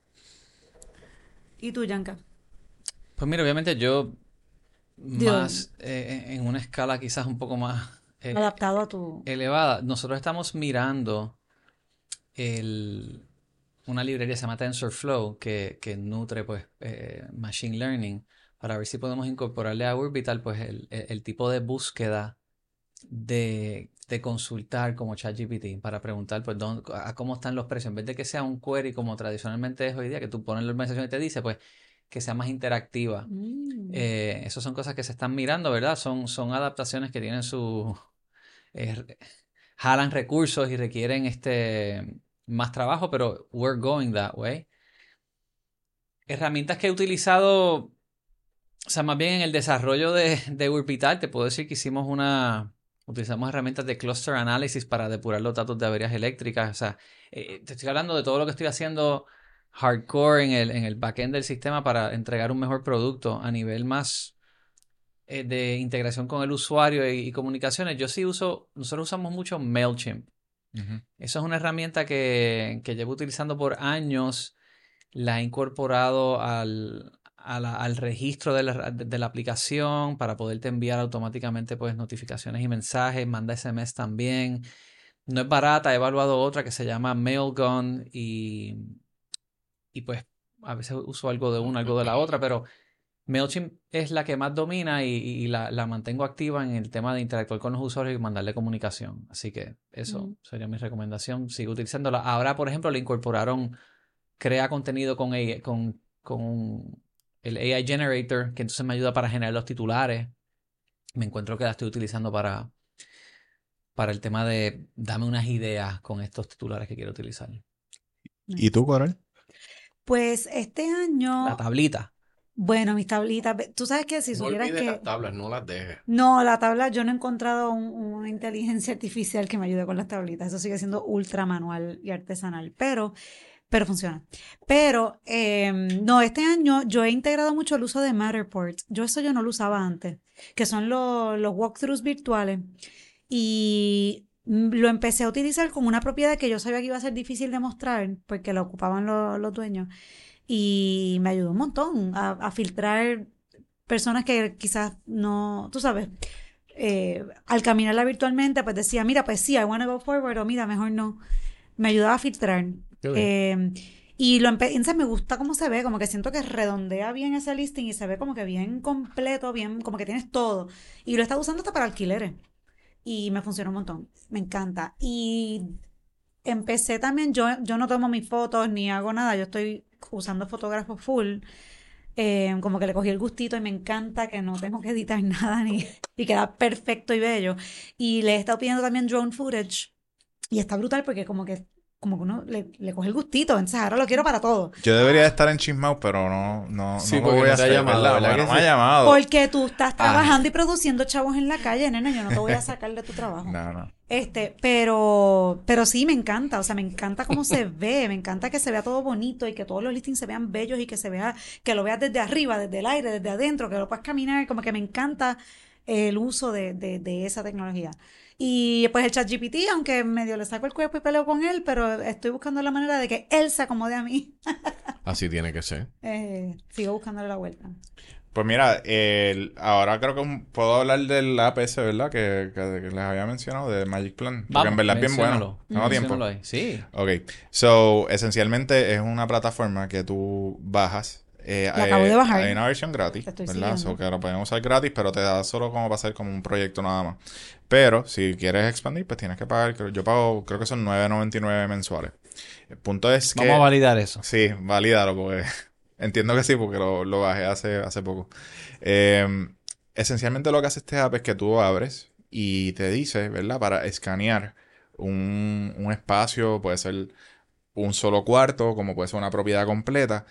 S4: ¿Y tú, Yanka?
S1: Pues mira, obviamente yo
S4: Dios.
S1: más eh, en en una escala quizás un poco más eh,
S4: Adaptado a tu...
S1: elevada. Nosotros estamos mirando el, una librería que se llama TensorFlow que, que nutre pues eh, Machine Learning para ver si podemos incorporarle a Orbital pues el, el, el tipo de búsqueda de, de consultar como ChatGPT para preguntar pues dónde, a cómo están los precios. En vez de que sea un query como tradicionalmente es hoy día, que tú pones la organización y te dice, pues que sea más interactiva.
S4: Mm.
S1: Eh, esas son cosas que se están mirando, ¿verdad? Son, son adaptaciones que tienen su... Eh, jalan recursos y requieren este más trabajo, pero we're going that way. Herramientas que he utilizado, o sea, más bien en el desarrollo de, de Orbital, te puedo decir que hicimos una... Utilizamos herramientas de cluster analysis para depurar los datos de averías eléctricas. O sea, eh, te estoy hablando de todo lo que estoy haciendo hardcore en el, en el backend del sistema para entregar un mejor producto a nivel más eh, de integración con el usuario y, y comunicaciones. Yo sí uso, nosotros usamos mucho MailChimp.
S3: Uh-huh.
S1: Eso es una herramienta que, que llevo utilizando por años. La he incorporado al, a la, al registro de la, de la aplicación para poderte enviar automáticamente pues, notificaciones y mensajes. Manda S M S también. No es barata. He evaluado otra que se llama Mailgun y, y pues a veces uso algo de una, algo de la otra, pero MailChimp es la que más domina y, y la, la mantengo activa en el tema de interactuar con los usuarios y mandarle comunicación. Así que eso
S4: Mm.
S1: sería mi recomendación. Sigo utilizándola. Ahora, por ejemplo, le incorporaron crea contenido con, A I, con, con el A I Generator, que entonces me ayuda para generar los titulares. Me encuentro que la estoy utilizando para, para el tema de dame unas ideas con estos titulares que quiero utilizar.
S3: ¿Y tú, Coral?
S4: Pues este año,
S1: La tablita.
S4: bueno, mis tablitas, ve- tú sabes que si
S2: No
S4: supieras
S2: olvides
S4: que...
S2: las tablas, no las dejes.
S4: No, la tabla, yo no he encontrado un- una inteligencia artificial que me ayude con las tablitas. Eso sigue siendo ultra manual y artesanal, pero, pero funciona. Pero, eh, no, este año yo he integrado mucho el uso de Matterport. Yo eso yo no lo usaba antes, que son los, los walkthroughs virtuales. Y mm, lo empecé a utilizar con una propiedad que yo sabía que iba a ser difícil de mostrar, porque la ocupaban los, los dueños. Y me ayudó un montón a, a filtrar personas que quizás no, tú sabes, eh, al caminarla virtualmente, pues decía, mira, pues sí, I want to go forward, o mira, mejor no. Me ayudaba a filtrar.
S1: Qué bien.
S4: Eh, y lo empe- entonces me gusta cómo se ve, como que siento que redondea bien ese listing y se ve como que bien completo, bien, como que tienes todo. Y lo he estado usando hasta para alquileres. Y me funciona un montón. Me encanta. Y empecé también, yo, yo no tomo mis fotos ni hago nada, yo estoy usando fotógrafo full. Eh, como que le cogí el gustito y me encanta que no tengo que editar nada ni, y queda perfecto y bello. Y le he estado pidiendo también drone footage y está brutal porque como que, como que uno le, le coge el gustito, entonces ahora lo quiero para todo.
S3: Yo debería estar en Chismao, pero no, no,
S2: Sí,
S3: no lo
S2: porque
S3: voy
S2: no
S3: a
S2: te ha
S3: hacer,
S2: llamado,
S3: ¿verdad?
S2: ¿verdad
S3: Porque
S2: que
S3: no me ha
S2: sí?
S3: llamado.
S4: Porque tú estás trabajando y produciendo chavos en la calle, nena, yo no te voy a sacar de tu trabajo.
S3: No, no.
S4: Este, pero, pero sí me encanta, o sea, me encanta cómo se ve, me encanta que se vea todo bonito y que todos los listings se vean bellos y que se vea, que lo veas desde arriba, desde el aire, desde adentro, que lo puedas caminar, como que me encanta el uso de, de, de esa tecnología. Y pues el ChatGPT, aunque medio le saco el cuerpo y peleo con él, pero estoy buscando la manera de que él se acomode a mí.
S2: Así tiene que ser.
S4: Eh, sigo buscándole la vuelta.
S3: Pues mira, el, ahora creo que un- puedo hablar del A P S, ¿verdad? Que, que- que les había mencionado, de Magic Plan. Porque
S1: Vamos,
S3: en verdad es bien bueno.
S1: menciónalo.
S3: Tengo tiempo.
S1: Menciónalo ahí. Sí.
S3: Ok. So, esencialmente es una plataforma que tú bajas. Eh,
S4: La acabo
S3: eh,
S4: de bajar.
S3: Hay una versión gratis,
S4: Te estoy
S3: ¿verdad?
S4: siguiendo.
S3: So, que la pueden usar gratis, pero te da solo como para hacer como un proyecto nada más. Pero si quieres expandir, pues tienes que pagar. creo- Yo pago, creo que son nueve noventa y nueve mensuales. El punto es que...
S1: Vamos a validar eso.
S3: Sí, valídalo, porque entiendo que sí, porque lo, lo bajé hace, hace poco. Eh, esencialmente lo que hace este app es que tú abres y te dice, ¿verdad? Para escanear un, un espacio, puede ser un solo cuarto, como puede ser una propiedad completa,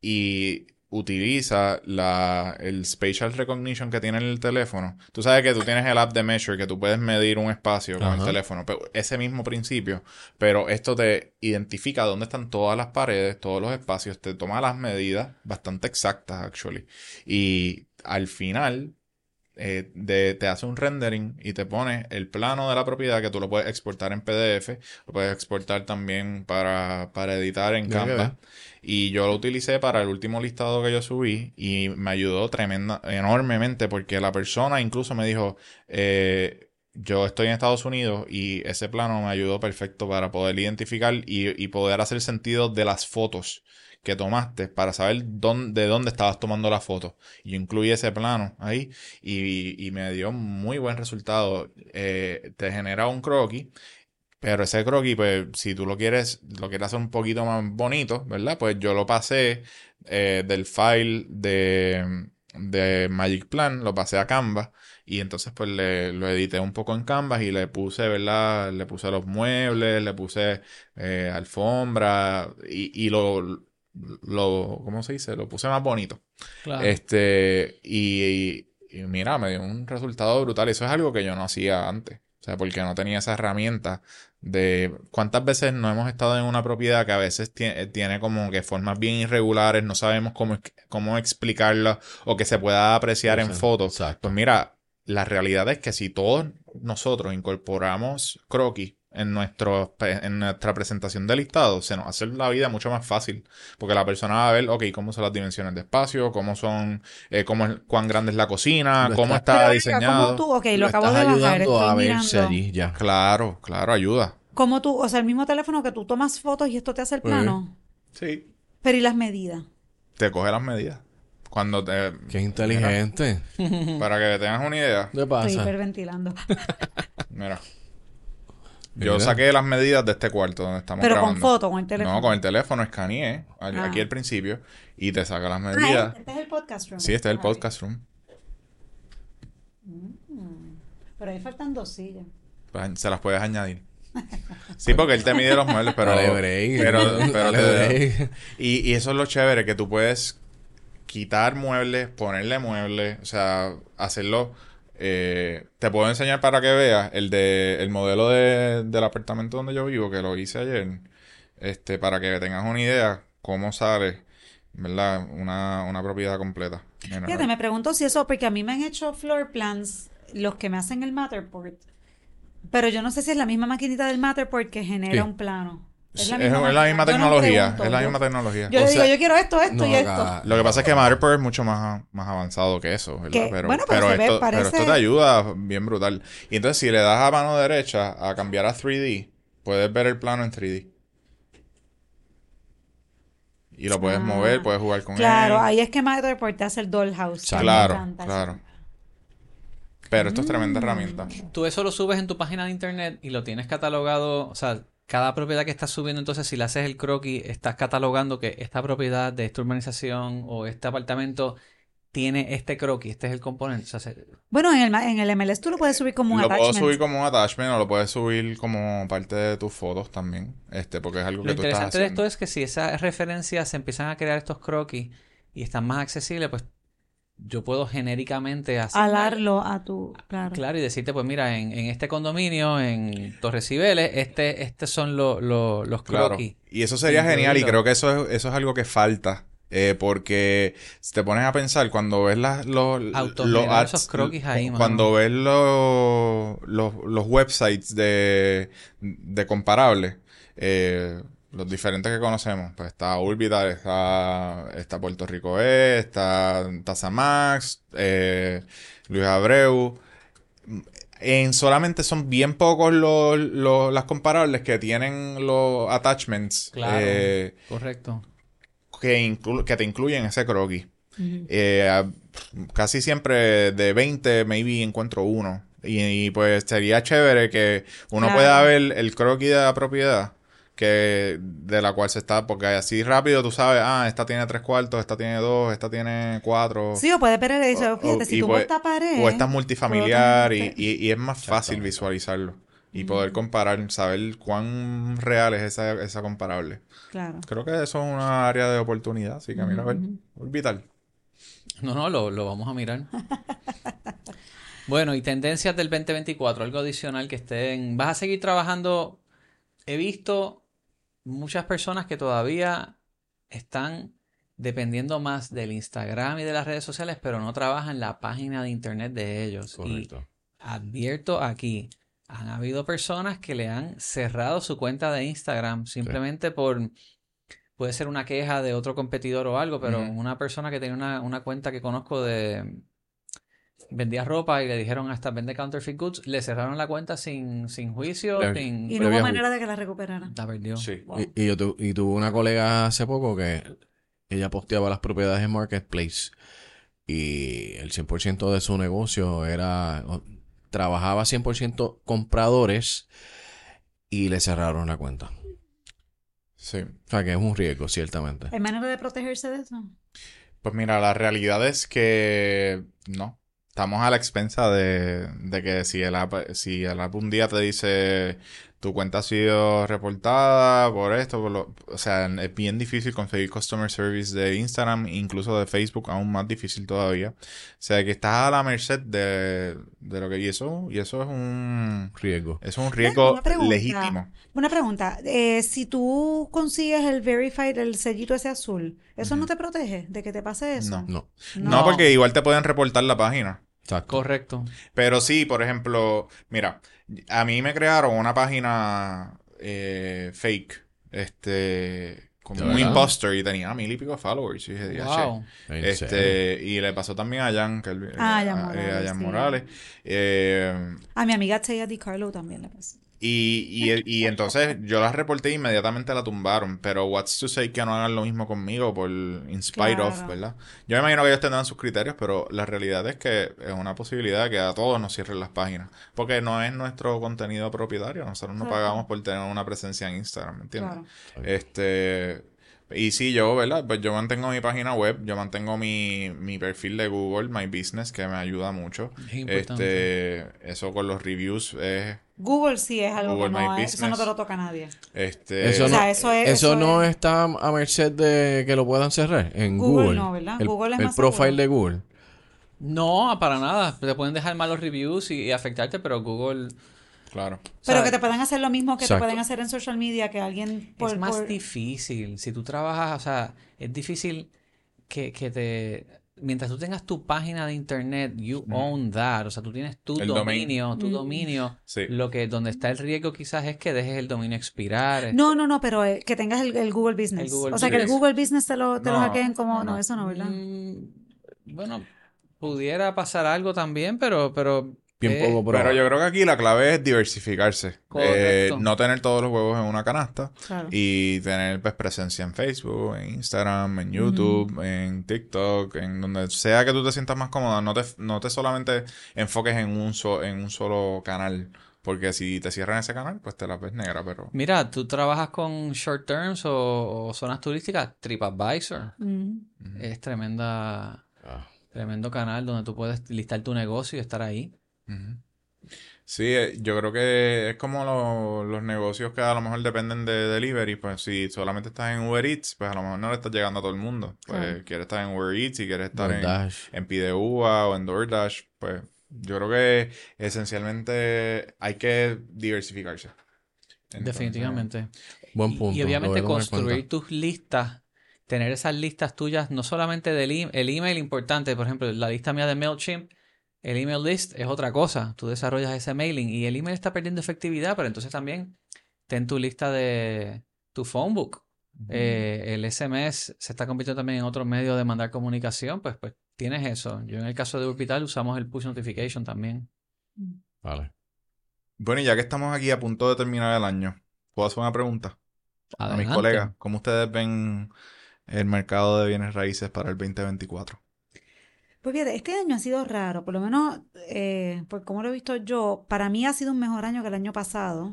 S3: y utiliza la, el spatial recognition que tiene el teléfono. Tú sabes que tú tienes el app de Measure, que tú puedes medir un espacio con
S2: Ajá.
S3: el teléfono, pero ese mismo principio, pero esto te identifica dónde están todas las paredes, todos los espacios, te toma las medidas bastante exactas, actually, y al final eh, de, te hace un rendering y te pone el plano de la propiedad que tú lo puedes exportar en P D F, lo puedes exportar también para, para editar en
S2: Mira que
S3: Canva.
S2: bien.
S3: Y yo lo utilicé para el último listado que yo subí y me ayudó tremenda, enormemente porque la persona incluso me dijo, eh, yo estoy en Estados Unidos y ese plano me ayudó perfecto para poder identificar y, y poder hacer sentido de las fotos que tomaste para saber dónde, de dónde estabas tomando la foto. Y yo incluí ese plano ahí y, y me dio muy buen resultado. Eh, te genera un croquis, pero ese croquis, pues, si tú lo quieres, lo quieres hacer un poquito más bonito, ¿verdad? Pues yo lo pasé eh, del file de, de Magic Plan, lo pasé a Canva. Y entonces pues le, lo edité un poco en Canvas y le puse, ¿verdad? Le puse los muebles, le puse eh, alfombra y, y lo, lo, ¿cómo se dice? Lo puse más bonito.
S1: Claro.
S3: Este, y, y, y mira, me dio un resultado brutal. Eso es algo que yo no hacía antes. O sea, porque no tenía esa herramienta de cuántas veces no hemos estado en una propiedad que a veces tiene, tiene como que formas bien irregulares, no sabemos cómo, cómo explicarla o que se pueda apreciar en fotos.
S2: Exacto.
S3: Pues mira, la realidad es que si todos nosotros incorporamos croquis en, nuestro, en nuestra presentación de listado, se nos hace la vida mucho más fácil. Porque la persona va a ver, ok, cómo son las dimensiones de espacio, cómo son, eh, cómo es, cuán grande es la cocina,
S2: Lo
S3: cómo
S2: está-
S3: está
S4: Pero venga,
S3: diseñado.
S4: ¿cómo tú? Ok, lo,
S2: Lo
S4: acabo
S2: estás
S4: de bajar,
S2: ayudando
S4: estoy
S2: a verse
S4: mirando.
S2: allí ya.
S3: Claro, claro, ayuda.
S4: ¿Cómo tú? O sea, el mismo teléfono que tú tomas fotos y esto te hace el
S2: Pues,
S4: plano.
S3: Sí.
S4: Pero ¿y las medidas?
S3: Te coge las medidas. Cuando te...
S2: Qué inteligente.
S3: Mira, para que tengas una idea.
S2: ¿Qué
S4: Estoy
S2: pasa?
S4: hiperventilando.
S3: Mira. Yo
S2: Mira.
S3: saqué las medidas de este cuarto donde estamos
S4: Pero
S3: grabando.
S4: con foto, con el teléfono.
S3: No, con el teléfono escaneé a-
S4: Ah.
S3: aquí al principio y te saca las
S4: Ah,
S3: medidas.
S4: este es el podcast room.
S3: Sí, este es el
S4: Ah,
S3: podcast room.
S4: Pero ahí faltan dos sillas.
S3: Pues se las puedes añadir. Sí, porque él te mide los muebles, pero...
S2: Dale break.
S3: pero, pero
S2: Dale
S3: te-
S2: break.
S3: y, y eso es lo chévere, que tú puedes quitar muebles, ponerle muebles, o sea, hacerlo... eh, te puedo enseñar para que veas el de el modelo de, del apartamento donde yo vivo, que lo hice ayer, este, para que tengas una idea cómo sale, ¿verdad? Una, una propiedad completa. Mira,
S4: Fíjate, me pregunto si eso, porque a mí me han hecho floor plans, los que me hacen el Matterport, pero yo no sé si es la misma maquinita del Matterport que genera
S2: Sí.
S4: un plano.
S3: es,
S4: la
S3: es
S4: misma
S3: la misma
S4: máquina. Yo no
S3: tecnología,
S4: pregunto,
S3: es la
S4: yo-
S3: misma tecnología.
S4: Yo
S2: O
S4: le
S2: sea,
S4: digo, yo quiero esto, esto
S2: no,
S4: y esto.
S2: acá-
S3: Lo que pasa es que Matterport es mucho más, más avanzado que eso, ¿verdad?
S4: Que,
S3: Pero,
S4: bueno, pero se ve,
S3: esto,
S4: parece-
S3: pero esto te ayuda bien brutal. Y entonces si le das a mano derecha a cambiar a tres D, puedes ver el plano en tres D. Y lo puedes
S4: Ah,
S3: mover, puedes jugar con
S4: Claro,
S3: él.
S4: ahí es que Matterport te hace el dollhouse. que me
S3: Claro,
S4: encanta,
S3: claro.
S4: eso.
S3: Pero esto es tremenda
S4: Mm.
S3: herramienta.
S1: Tú eso lo subes en tu página de internet y lo tienes catalogado, o sea, cada propiedad que estás subiendo, entonces si le haces el croquis, estás catalogando que esta propiedad de esta urbanización o este apartamento tiene este croquis, este es el componente. O sea, se-
S4: Bueno, en el, ma- en el M L S tú lo puedes subir como un
S3: Lo puedo
S4: attachment.
S3: subir como un attachment o lo puedes subir como parte de tus fotos también. Este, porque es algo
S1: Lo
S3: que tú estás
S1: interesante de esto
S3: haciendo.
S1: es que si esas referencias se empiezan a crear estos croquis y están más accesibles, pues yo puedo genéricamente hacer
S4: Alarlo a tu... Claro.
S1: claro y decirte, pues mira, en, en este condominio, en Torres Cibeles, este, estos son lo- lo- los
S3: Claro.
S1: croquis.
S3: Y eso sería genial y
S1: Incluirlo.
S3: creo que eso es, eso es algo que falta. Eh, porque si te pones a pensar, cuando ves las, los,
S1: Autogenerar
S3: los ads,
S1: esos croquis ahí, mano.
S3: cuando ves los, los, los websites de, de comparables, eh, los diferentes que conocemos, pues está Urbital, está, está Puerto Rico E, está Tasamax, eh, Luis Abreu. En solamente son bien pocos los, los- las comparables que tienen los attachments
S1: Claro,
S3: eh,
S1: correcto.
S3: que, inclu- que te incluyen ese croquis.
S4: Ujú.
S3: Eh, a- casi siempre de veinte, maybe encuentro uno. Y, y, pues sería chévere que uno
S4: Claro.
S3: pueda ver el croquis de la propiedad que de la cual se está, porque así rápido tú sabes, ah, esta tiene tres cuartos, esta tiene dos, esta tiene cuatro.
S4: Sí, o puedes ver y dices,
S3: O-
S4: fíjate,
S3: o-
S4: si
S3: y
S4: tú
S3: pues-
S4: esta pared...
S3: O esta es multifamiliar y,
S4: puedo tener
S3: y- y es más fácil visualizarlo y poder comparar, saber cuán real es esa, esa comparable.
S4: Claro.
S3: Creo que eso es una área de oportunidad, así que mira, a ver, Orbital.
S1: No, no, lo, lo vamos a mirar. Bueno, y tendencias del veinte veinticuatro, algo adicional que estén... ¿Vas a seguir trabajando? He visto muchas personas que todavía están dependiendo más del Instagram y de las redes sociales, pero no trabajan la página de internet de ellos.
S2: Correcto.
S1: Y advierto aquí, han habido personas que le han cerrado su cuenta de Instagram simplemente por... Puede ser una queja de otro competidor o algo, pero
S3: Ujú.
S1: una persona que tiene una, una cuenta que conozco de... vendía ropa y le dijeron hasta vende counterfeit goods, le cerraron la cuenta sin, sin juicio,
S2: Le-
S1: sin...
S4: Y
S2: Pero
S4: no hubo
S2: viejo,
S4: manera de que la recuperara.
S1: La perdió.
S3: Sí.
S4: Wow.
S2: Y, y yo tu- y tuve una colega hace poco que ella posteaba las propiedades en Marketplace y el cien por ciento de su negocio era, o- trabajaba cien por ciento compradores y le cerraron la cuenta.
S3: Sí.
S2: O sea que es un riesgo, ciertamente.
S4: ¿Hay manera de protegerse de eso?
S3: Pues mira, la realidad es que no. Estamos a la expensa de, de que si el app, si el app un día te dice tu cuenta ha sido reportada por esto, por lo, o sea, es bien difícil conseguir customer service de Instagram, incluso de Facebook, aún más difícil todavía. O sea, que estás a la merced de, de lo que, y eso, y eso es un,
S2: Riesgo.
S3: eso es un
S4: Ven,
S3: riesgo
S4: una pregunta.
S3: legítimo.
S4: Una pregunta. Eh, si tú consigues el Verified, el sellito ese azul, ¿eso no te protege de que te pase eso?
S3: No.
S2: No.
S3: No,
S1: No.
S3: porque igual te pueden reportar la página.
S2: Exacto.
S1: Correcto.
S3: Pero sí, por ejemplo, mira, a mí me crearon una página eh, fake, este, como
S2: ¿De
S3: un
S2: verdad?
S3: imposter y tenía mil y pico followers. Y dije, "Diache".
S1: Wow.
S2: ¿En serio?
S3: Este, y le pasó también a Jan, que él-
S4: Ah,
S3: eh,
S4: Jan
S3: a-
S4: Morales,
S3: eh, a Jan
S4: sí.
S3: Morales. Eh,
S4: A mi amiga Taya DiCarlo también le pasó.
S3: y, y, y entonces yo la reporté e inmediatamente la tumbaron. Pero what's to say que no hagan lo mismo conmigo por in spite
S4: Claro.
S3: of, ¿verdad? Yo me imagino que ellos tendrán sus criterios, pero la realidad es que es una posibilidad que a todos nos cierren las páginas. Porque no es nuestro contenido propietario. Nosotros no
S4: Claro.
S3: pagamos por tener una presencia en Instagram, ¿me entiendes?
S4: Claro.
S3: Este... Y sí, yo, ¿verdad? Pues yo mantengo mi página web, yo mantengo mi, mi perfil de Google, My Business, que me ayuda mucho.
S1: Es importante.
S3: Este, eso con los reviews es...
S4: Google sí es algo
S3: Google
S4: que no
S3: My
S4: es, eso no te
S3: Business.
S4: lo toca a nadie.
S3: Este,
S2: Eso
S4: O
S2: no,
S4: sea, eso es-
S2: eso
S4: eso
S2: no
S4: es-
S2: está a merced de que lo puedan cerrar en
S4: Google
S2: Google.
S4: no, ¿verdad?
S2: El,
S4: Google es
S2: el
S4: más
S2: profile
S4: seguro.
S2: de Google.
S1: No, para nada. Te pueden dejar malos reviews y, y afectarte, pero Google...
S3: claro.
S4: Pero
S1: sea,
S4: que te puedan hacer lo mismo que
S2: Exacto.
S4: te pueden hacer en social media, que alguien por,
S1: es más
S4: por-
S1: difícil. Si tú trabajas, o sea, es difícil que, que te... Mientras tú tengas tu página de internet, you
S3: Mm.
S1: own that. O sea, tú tienes tu
S3: El
S1: dominio,
S3: domain.
S1: tu
S4: Mm.
S1: dominio.
S3: Sí.
S1: Lo que, donde está el riesgo quizás es que dejes el dominio expirar.
S4: No, no, no, pero eh, que tengas el, el Google Business.
S1: El Google
S4: o sea, que el
S1: Business.
S4: Google Business te lo, te lo
S3: No,
S4: hackeen como... No,
S3: no.
S4: eso no, ¿verdad?
S1: Mm, bueno, pudiera pasar algo también, pero... pero
S2: Bien
S1: eh,
S2: poco
S3: Pero
S2: probable.
S3: yo creo que aquí la clave es diversificarse.
S1: Correcto.
S3: Eh, no tener todos los huevos en una canasta.
S4: Claro.
S3: Y tener pues, presencia en Facebook, en Instagram, en YouTube, en TikTok, en donde sea que tú te sientas más cómoda. No te, no te solamente enfoques en un, so- en un solo canal. Porque si te cierran ese canal, pues te la ves negra, pero...
S1: Mira, tú trabajas con short terms o, o zonas turísticas, TripAdvisor.
S4: Mm.
S1: Es tremenda,
S2: Ah.
S1: tremendo canal donde tú puedes listar tu negocio y estar ahí.
S3: Ujú. Sí, eh, yo creo que es como lo- los negocios que a lo mejor dependen de delivery. Pues si solamente estás en Uber Eats, pues a lo mejor no le estás llegando a todo el mundo. Pues
S4: Claro.
S3: quieres estar en Uber Eats y quieres estar en,
S2: DoorDash.
S3: en PideUva o en DoorDash. Pues yo creo que esencialmente hay que diversificarse. Entonces,
S1: Definitivamente.
S2: Buen
S1: Y-
S2: punto.
S1: Y,
S2: lo voy a
S1: obviamente
S2: tomar en
S1: construir
S2: cuenta.
S1: tus listas, tener esas listas tuyas, no solamente del e- el email importante, por ejemplo, la lista mía de MailChimp, el email list es otra cosa. Tú desarrollas ese mailing y el email está perdiendo efectividad, pero entonces también ten tu lista de tu phone book. Eh, el S M S se está convirtiendo también en otro medio de mandar comunicación, pues, pues tienes eso. Yo en el caso de Orbital usamos el push notification también.
S2: Vale.
S3: Bueno, y ya que estamos aquí a punto de terminar el año, ¿puedo hacer una pregunta a mis
S1: Adelante.
S3: colegas? ¿Cómo ustedes ven el mercado de bienes raíces para el veinte veinticuatro?
S4: Pues fíjate, este año ha sido raro, por lo menos, eh, por como lo he visto yo, para mí ha sido un mejor año que el año pasado.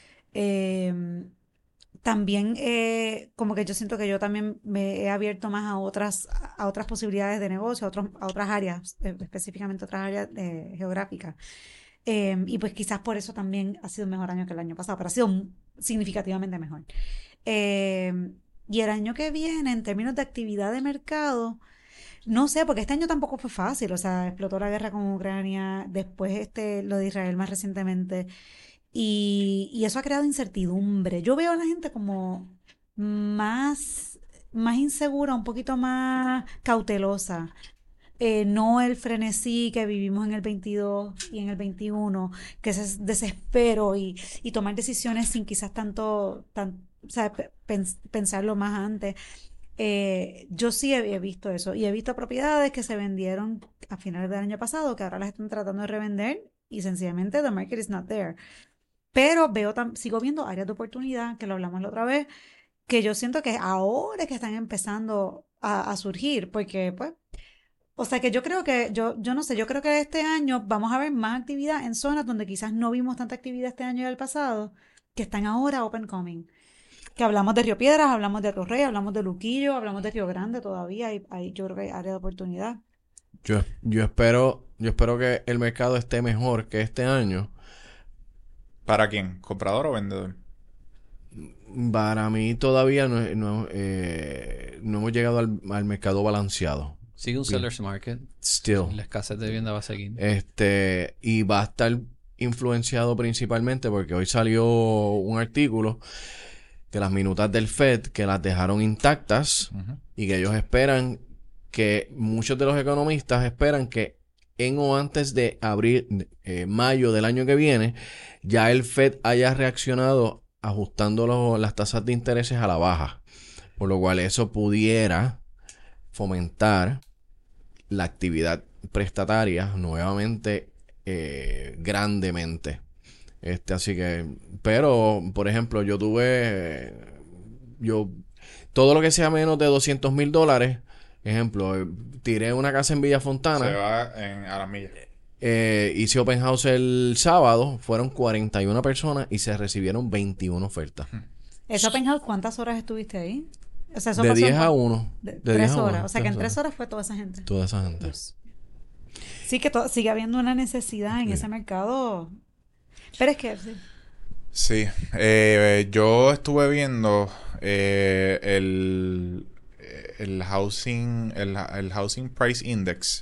S4: Eh, también, eh, como que yo siento que yo también me he abierto más a otras, a otras posibilidades de negocio, a, otros, a otras áreas, eh, específicamente otras áreas eh, geográficas. Eh, y pues quizás por eso también ha sido un mejor año que el año pasado, pero ha sido m- significativamente mejor. Eh, y el año que viene, en términos de actividad de mercado, no sé, porque este año tampoco fue fácil, o sea, explotó la guerra con Ucrania, después este, lo de Israel más recientemente, y, y eso ha creado incertidumbre. Yo veo a la gente como más, más insegura, un poquito más cautelosa. Eh, no el frenesí que vivimos en el veintidós y en el veintiuno, que es desespero y, y tomar decisiones sin quizás tanto, tan, o sea, pe- pens- pensarlo más antes. Eh, yo sí he, he visto eso y he visto propiedades que se vendieron a finales del año pasado que ahora las están tratando de revender y sencillamente the market is not there. Pero veo tam- sigo viendo áreas de oportunidad, que lo hablamos la otra vez, que yo siento que ahora es que están empezando a, a surgir, porque pues, o sea que yo creo que, yo, yo no sé, yo creo que este año vamos a ver más actividad en zonas donde quizás no vimos tanta actividad este año y el pasado, que están ahora open coming. Que hablamos de Río Piedras, hablamos de Atorrey, hablamos de Luquillo, hablamos de Río Grande todavía, hay, hay- yo creo que hay área de oportunidad.
S2: Yo, yo espero, yo espero que el mercado esté mejor que este año.
S3: ¿Para quién? ¿Comprador o vendedor?
S2: Para mí todavía no, no, eh, no hemos llegado al, al mercado balanceado.
S1: Sigue un
S2: Bien.
S1: seller's market.
S2: Still.
S1: La escasez de vivienda va a seguir.
S2: Este, y va a estar influenciado principalmente porque hoy salió un artículo que las minutas del Fed que las dejaron intactas
S3: Ujú.
S2: y que ellos esperan que muchos de los economistas esperan que en o antes de abril, eh, mayo del año que viene, ya el Fed haya reaccionado ajustando los- las tasas de intereses a la baja, por lo cual eso pudiera fomentar la actividad prestataria nuevamente eh, grandemente. Este, así que, pero, por ejemplo, yo tuve, eh, yo, todo lo que sea menos de doscientos mil dólares, ejemplo, eh, tiré una casa en Villa
S3: Se
S2: Fontana,
S3: va en, a las millas.
S2: eh, hice open house el sábado, fueron cuarenta y una personas y se recibieron veintiuna ofertas.
S4: ¿Ese open house cuántas horas estuviste ahí? O sea, eso
S2: De
S4: pasó en
S2: diez a
S4: cua-
S2: uno.
S4: de-
S2: De
S4: tres
S2: diez a
S4: horas.
S2: uno,
S4: O sea, que en
S2: tres
S4: tres horas fue toda esa gente.
S2: Toda esa gente.
S4: Dios. Sí, que to- sigue habiendo una necesidad en
S2: Sí.
S4: ese mercado. Pero es que, sí.
S3: Sí, eh, yo estuve viendo eh, el, el housing el, el housing price index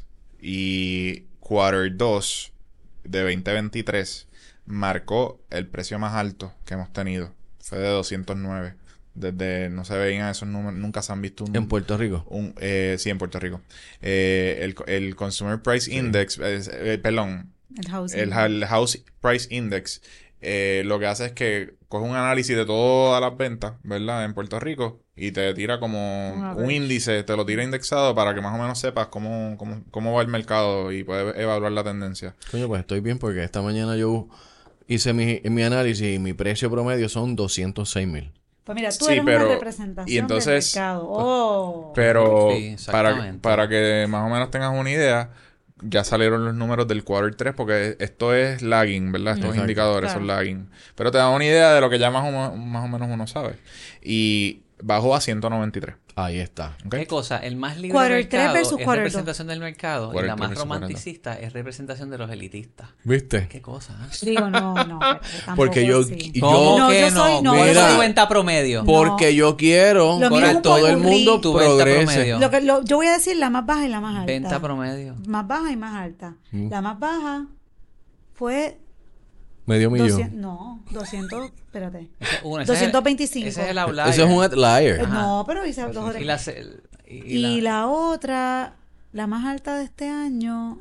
S3: y quarter dos de veinte veintitrés marcó el precio más alto que hemos tenido. Fue de doscientos nueve. Desde no se veían esos números, nunca se han visto un,
S2: En Puerto Rico.
S3: un eh, sí, en Puerto Rico. Eh, el, el Consumer Price
S2: Sí.
S3: Index, es- eh, perdón,
S4: El housing.
S3: el, el House Price Index eh, lo que hace es que coge un análisis de todas las ventas, ¿verdad? En Puerto Rico y te tira como
S4: Un
S3: un
S4: average.
S3: índice, te lo tira indexado para que más o menos sepas cómo, cómo, cómo va el mercado y puedes evaluar la tendencia.
S2: Coño, pues estoy bien porque esta mañana yo hice mi, mi análisis y mi precio promedio son doscientos seis mil.
S4: Pues mira, tú
S3: Sí,
S4: eres
S3: pero-
S4: una representación
S3: y entonces,
S4: del mercado. Oh.
S3: Pero
S1: Sí,
S3: para,
S1: exactamente.
S3: para que más o menos tengas una idea, ya salieron los números del quarter tres porque esto es lagging, ¿verdad? Estos
S2: Exacto.
S3: indicadores
S4: Claro.
S3: son lagging. Pero te da una idea de lo que ya más o, mo- más o menos uno sabe. Y bajó a ciento noventa y tres.
S2: Ahí está.
S3: ¿Ok?
S1: ¿Qué cosa? El más libre
S4: Quarter
S1: del
S4: tres
S1: mercado
S4: versus
S1: es
S4: quarter dos.
S1: representación del mercado y
S3: Quarter
S1: la
S3: tres
S1: más
S3: versus quarter dos.
S1: romanticista es representación de los elitistas.
S2: ¿Viste?
S1: ¿Qué cosa? ¿eh?
S4: Digo, no, no. pero tampoco
S2: Porque yo,
S4: así.
S2: y
S1: ¿Cómo
S2: yo
S4: No,
S1: que
S4: yo
S1: no?
S4: soy- no,
S1: ¿Cuál es
S2: yo
S1: tu
S2: soy-
S1: venta promedio?
S4: No.
S2: porque yo quiero
S4: Lo mío es
S2: que
S4: un
S2: todo el
S4: popurrí.
S2: mundo
S1: Tu venta
S2: progrese.
S1: promedio.
S4: Lo que, lo- yo voy a decir la más baja y la más alta.
S1: Venta promedio.
S4: Más baja y más alta.
S2: Mm.
S4: La más baja fue
S2: Medio millón.
S4: doscientos, no, doscientos, espérate.
S1: Ese es uno, ese es el-
S4: doscientos veinticinco.
S1: Ese es el outlier.
S2: Ese es un outlier.
S4: Eh,
S1: Ajá.
S4: No, pero hice dos horas.
S1: Y la, se- y, y
S4: Y
S1: la-
S4: la otra, la más alta de este año.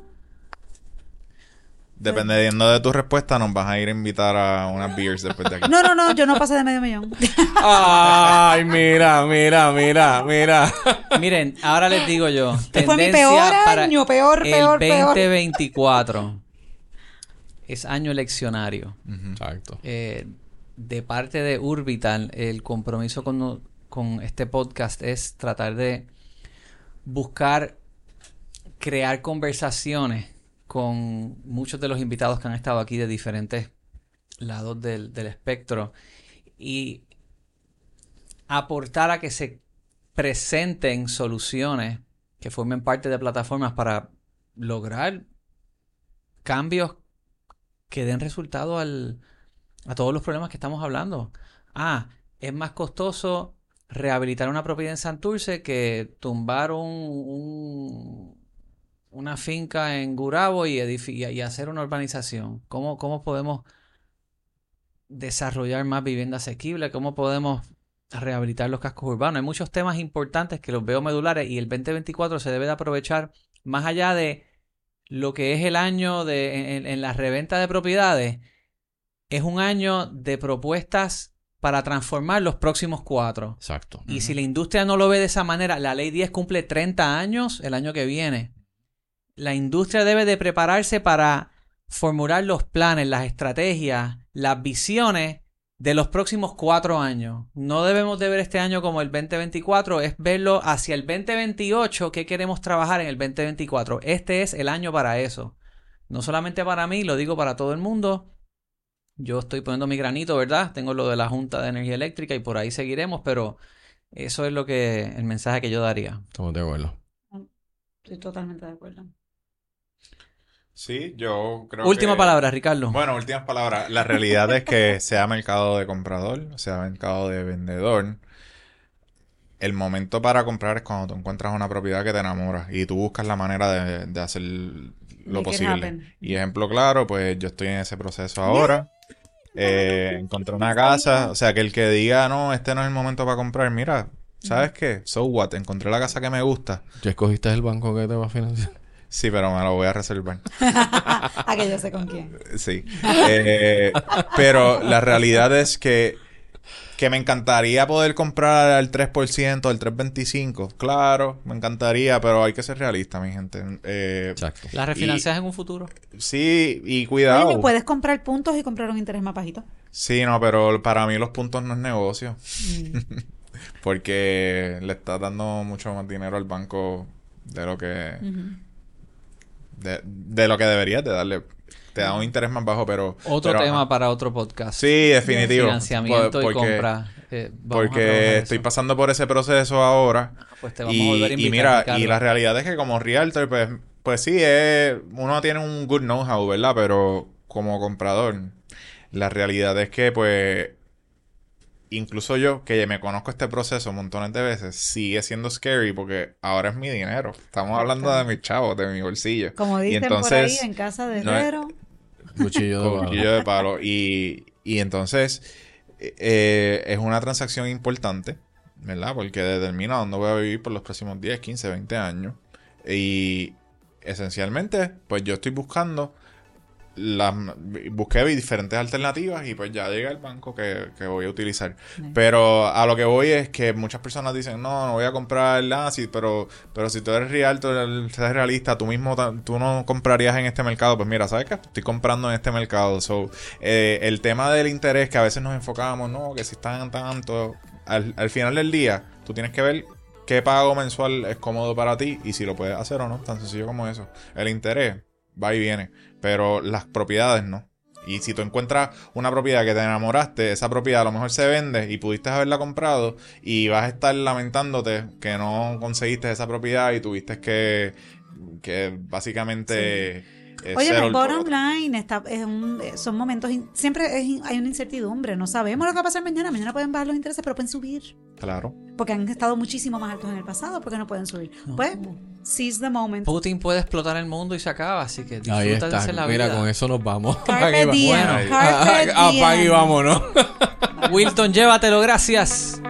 S3: Dependiendo de tu respuesta, nos vas a ir a invitar a unas beers después de aquí.
S4: No, no, no, yo no pasé de medio millón.
S2: Ay, mira, mira, mira, mira.
S1: Miren, ahora les digo yo.
S4: Este fue mi
S1: tendencia
S4: peor
S1: para
S4: año, peor, peor,
S1: el
S4: peor.
S1: veinte veinticuatro es año eleccionario.
S3: Ujú.
S2: Exacto.
S1: Eh, de parte de Urbital, el compromiso con, con este podcast es tratar de buscar crear conversaciones con muchos de los invitados que han estado aquí de diferentes lados del, del espectro y aportar a que se presenten soluciones que formen parte de plataformas para lograr cambios que den resultado al, a todos los problemas que estamos hablando. Ah, es más costoso rehabilitar una propiedad en Santurce que tumbar un, un- una finca en Gurabo y, edifi- y hacer una urbanización. ¿Cómo, cómo podemos desarrollar más vivienda asequible? ¿Cómo podemos rehabilitar los cascos urbanos? Hay muchos temas importantes que los veo medulares y el veinte veinticuatro se debe de aprovechar más allá de lo que es el año de, en, en la reventa de propiedades. Es un año de propuestas para transformar los próximos cuatro.
S2: Exacto.
S1: Y uh-huh. si la industria no lo ve de esa manera, la ley diez cumple treinta años el año que viene. La industria debe de prepararse para formular los planes, las estrategias, las visiones de los próximos cuatro años. No debemos de ver este año como el veinte veinticuatro, es verlo hacia el veinte veintiocho, que queremos trabajar en el veinte veinticuatro. Este es el año para eso. No solamente para mí, lo digo para todo el mundo. Yo estoy poniendo mi granito, ¿verdad? Tengo lo de la Junta de Energía Eléctrica y por ahí seguiremos, pero eso es lo que el mensaje que yo daría.
S2: Estamos de acuerdo.
S4: Estoy totalmente de acuerdo.
S3: Sí, yo creo
S1: Última
S3: que...
S1: palabra, Ricardo.
S3: Bueno, últimas palabras. La realidad es que sea mercado de comprador, sea mercado de vendedor, el momento para comprar es cuando tú encuentras una propiedad que te enamora y tú buscas la manera de, de hacer lo posible. Y ejemplo claro, pues yo estoy en ese proceso ahora. Eh, encontré una casa, o sea, que el que diga, no, este no es el momento para comprar, mira, ¿sabes qué? So what, encontré la casa que me gusta.
S2: ¿Ya escogiste el banco que te va a financiar?
S3: Sí, pero me lo voy a reservar.
S4: Ah, que yo sé con quién.
S3: Sí. Eh, pero la realidad es que que me encantaría poder comprar al tres por ciento, al tres punto veinticinco. Claro, me encantaría, pero hay que ser realista, mi gente. Eh,
S2: Exacto.
S1: ¿La refinancias en un futuro?
S3: Sí, y cuidado.
S4: Oye, puedes comprar puntos y comprar un interés más bajito.
S3: Sí, no, pero para mí los puntos no es negocio.
S4: Mm.
S3: Porque le estás dando mucho más dinero al banco de lo que... Uh-huh. de, de lo que deberías de darle. Te da un interés más bajo, pero...
S1: Otro
S3: pero,
S1: tema
S3: ah,
S1: para otro podcast.
S3: Sí, definitivo.
S1: Financiamiento
S3: porque,
S1: y compra. Eh,
S3: porque estoy pasando por ese proceso ahora.
S1: Ah, pues te vamos
S3: y,
S1: a volver a invitar,
S3: y mira,
S1: Ricardo.
S3: y la realidad es que como realtor, pues, pues sí, es, uno tiene un good know-how, ¿verdad? Pero como comprador, la realidad es que, pues... Incluso yo, que me conozco este proceso montones de veces, sigue siendo scary porque ahora es mi dinero. Estamos hablando de mis chavos, de mi bolsillo.
S4: Como dicen
S3: y entonces,
S4: por ahí, en casa de herrero.
S3: No cuchillo de palo. Cuchillo de palo. Y, y entonces, eh, es una transacción importante, ¿verdad? Porque determina dónde voy a vivir por los próximos diez, quince, veinte años. Y esencialmente, pues yo estoy buscando... Las, busqué diferentes alternativas y pues ya llegué al banco que, que voy a utilizar. Sí. Pero a lo que voy es que muchas personas dicen, no, no voy a comprar nada, sí, pero, pero si tú eres realtor, eres realista, tú mismo tú no comprarías en este mercado. Pues mira, ¿sabes qué? Estoy comprando en este mercado. So, eh, el tema del interés que a veces nos enfocamos, no, que si están tanto, al, al final del día, tú tienes que ver qué pago mensual es cómodo para ti y si lo puedes hacer o no, tan sencillo como eso. El interés va y viene, pero las propiedades no. Y si tú encuentras una propiedad que te enamoraste, esa propiedad a lo mejor se vende y pudiste haberla comprado y vas a estar lamentándote que no conseguiste esa propiedad y tuviste que, que básicamente... Sí.
S4: Oye, el bottom line está, es un, son momentos, in, siempre es, hay una incertidumbre, no sabemos lo que va a pasar mañana, mañana pueden bajar los intereses, pero pueden subir.
S3: Claro.
S4: Porque han estado muchísimo más altos en el pasado, porque no pueden subir. No. Pues, seize the moment.
S1: Putin puede explotar el mundo y se acaba, así que
S2: ahí está,
S1: la
S2: mira,
S1: vida.
S2: Con eso nos vamos.
S4: Carpe diem,
S1: bueno,
S4: carpe diem.
S2: Apague y vámonos.
S1: Wilton, llévatelo, gracias.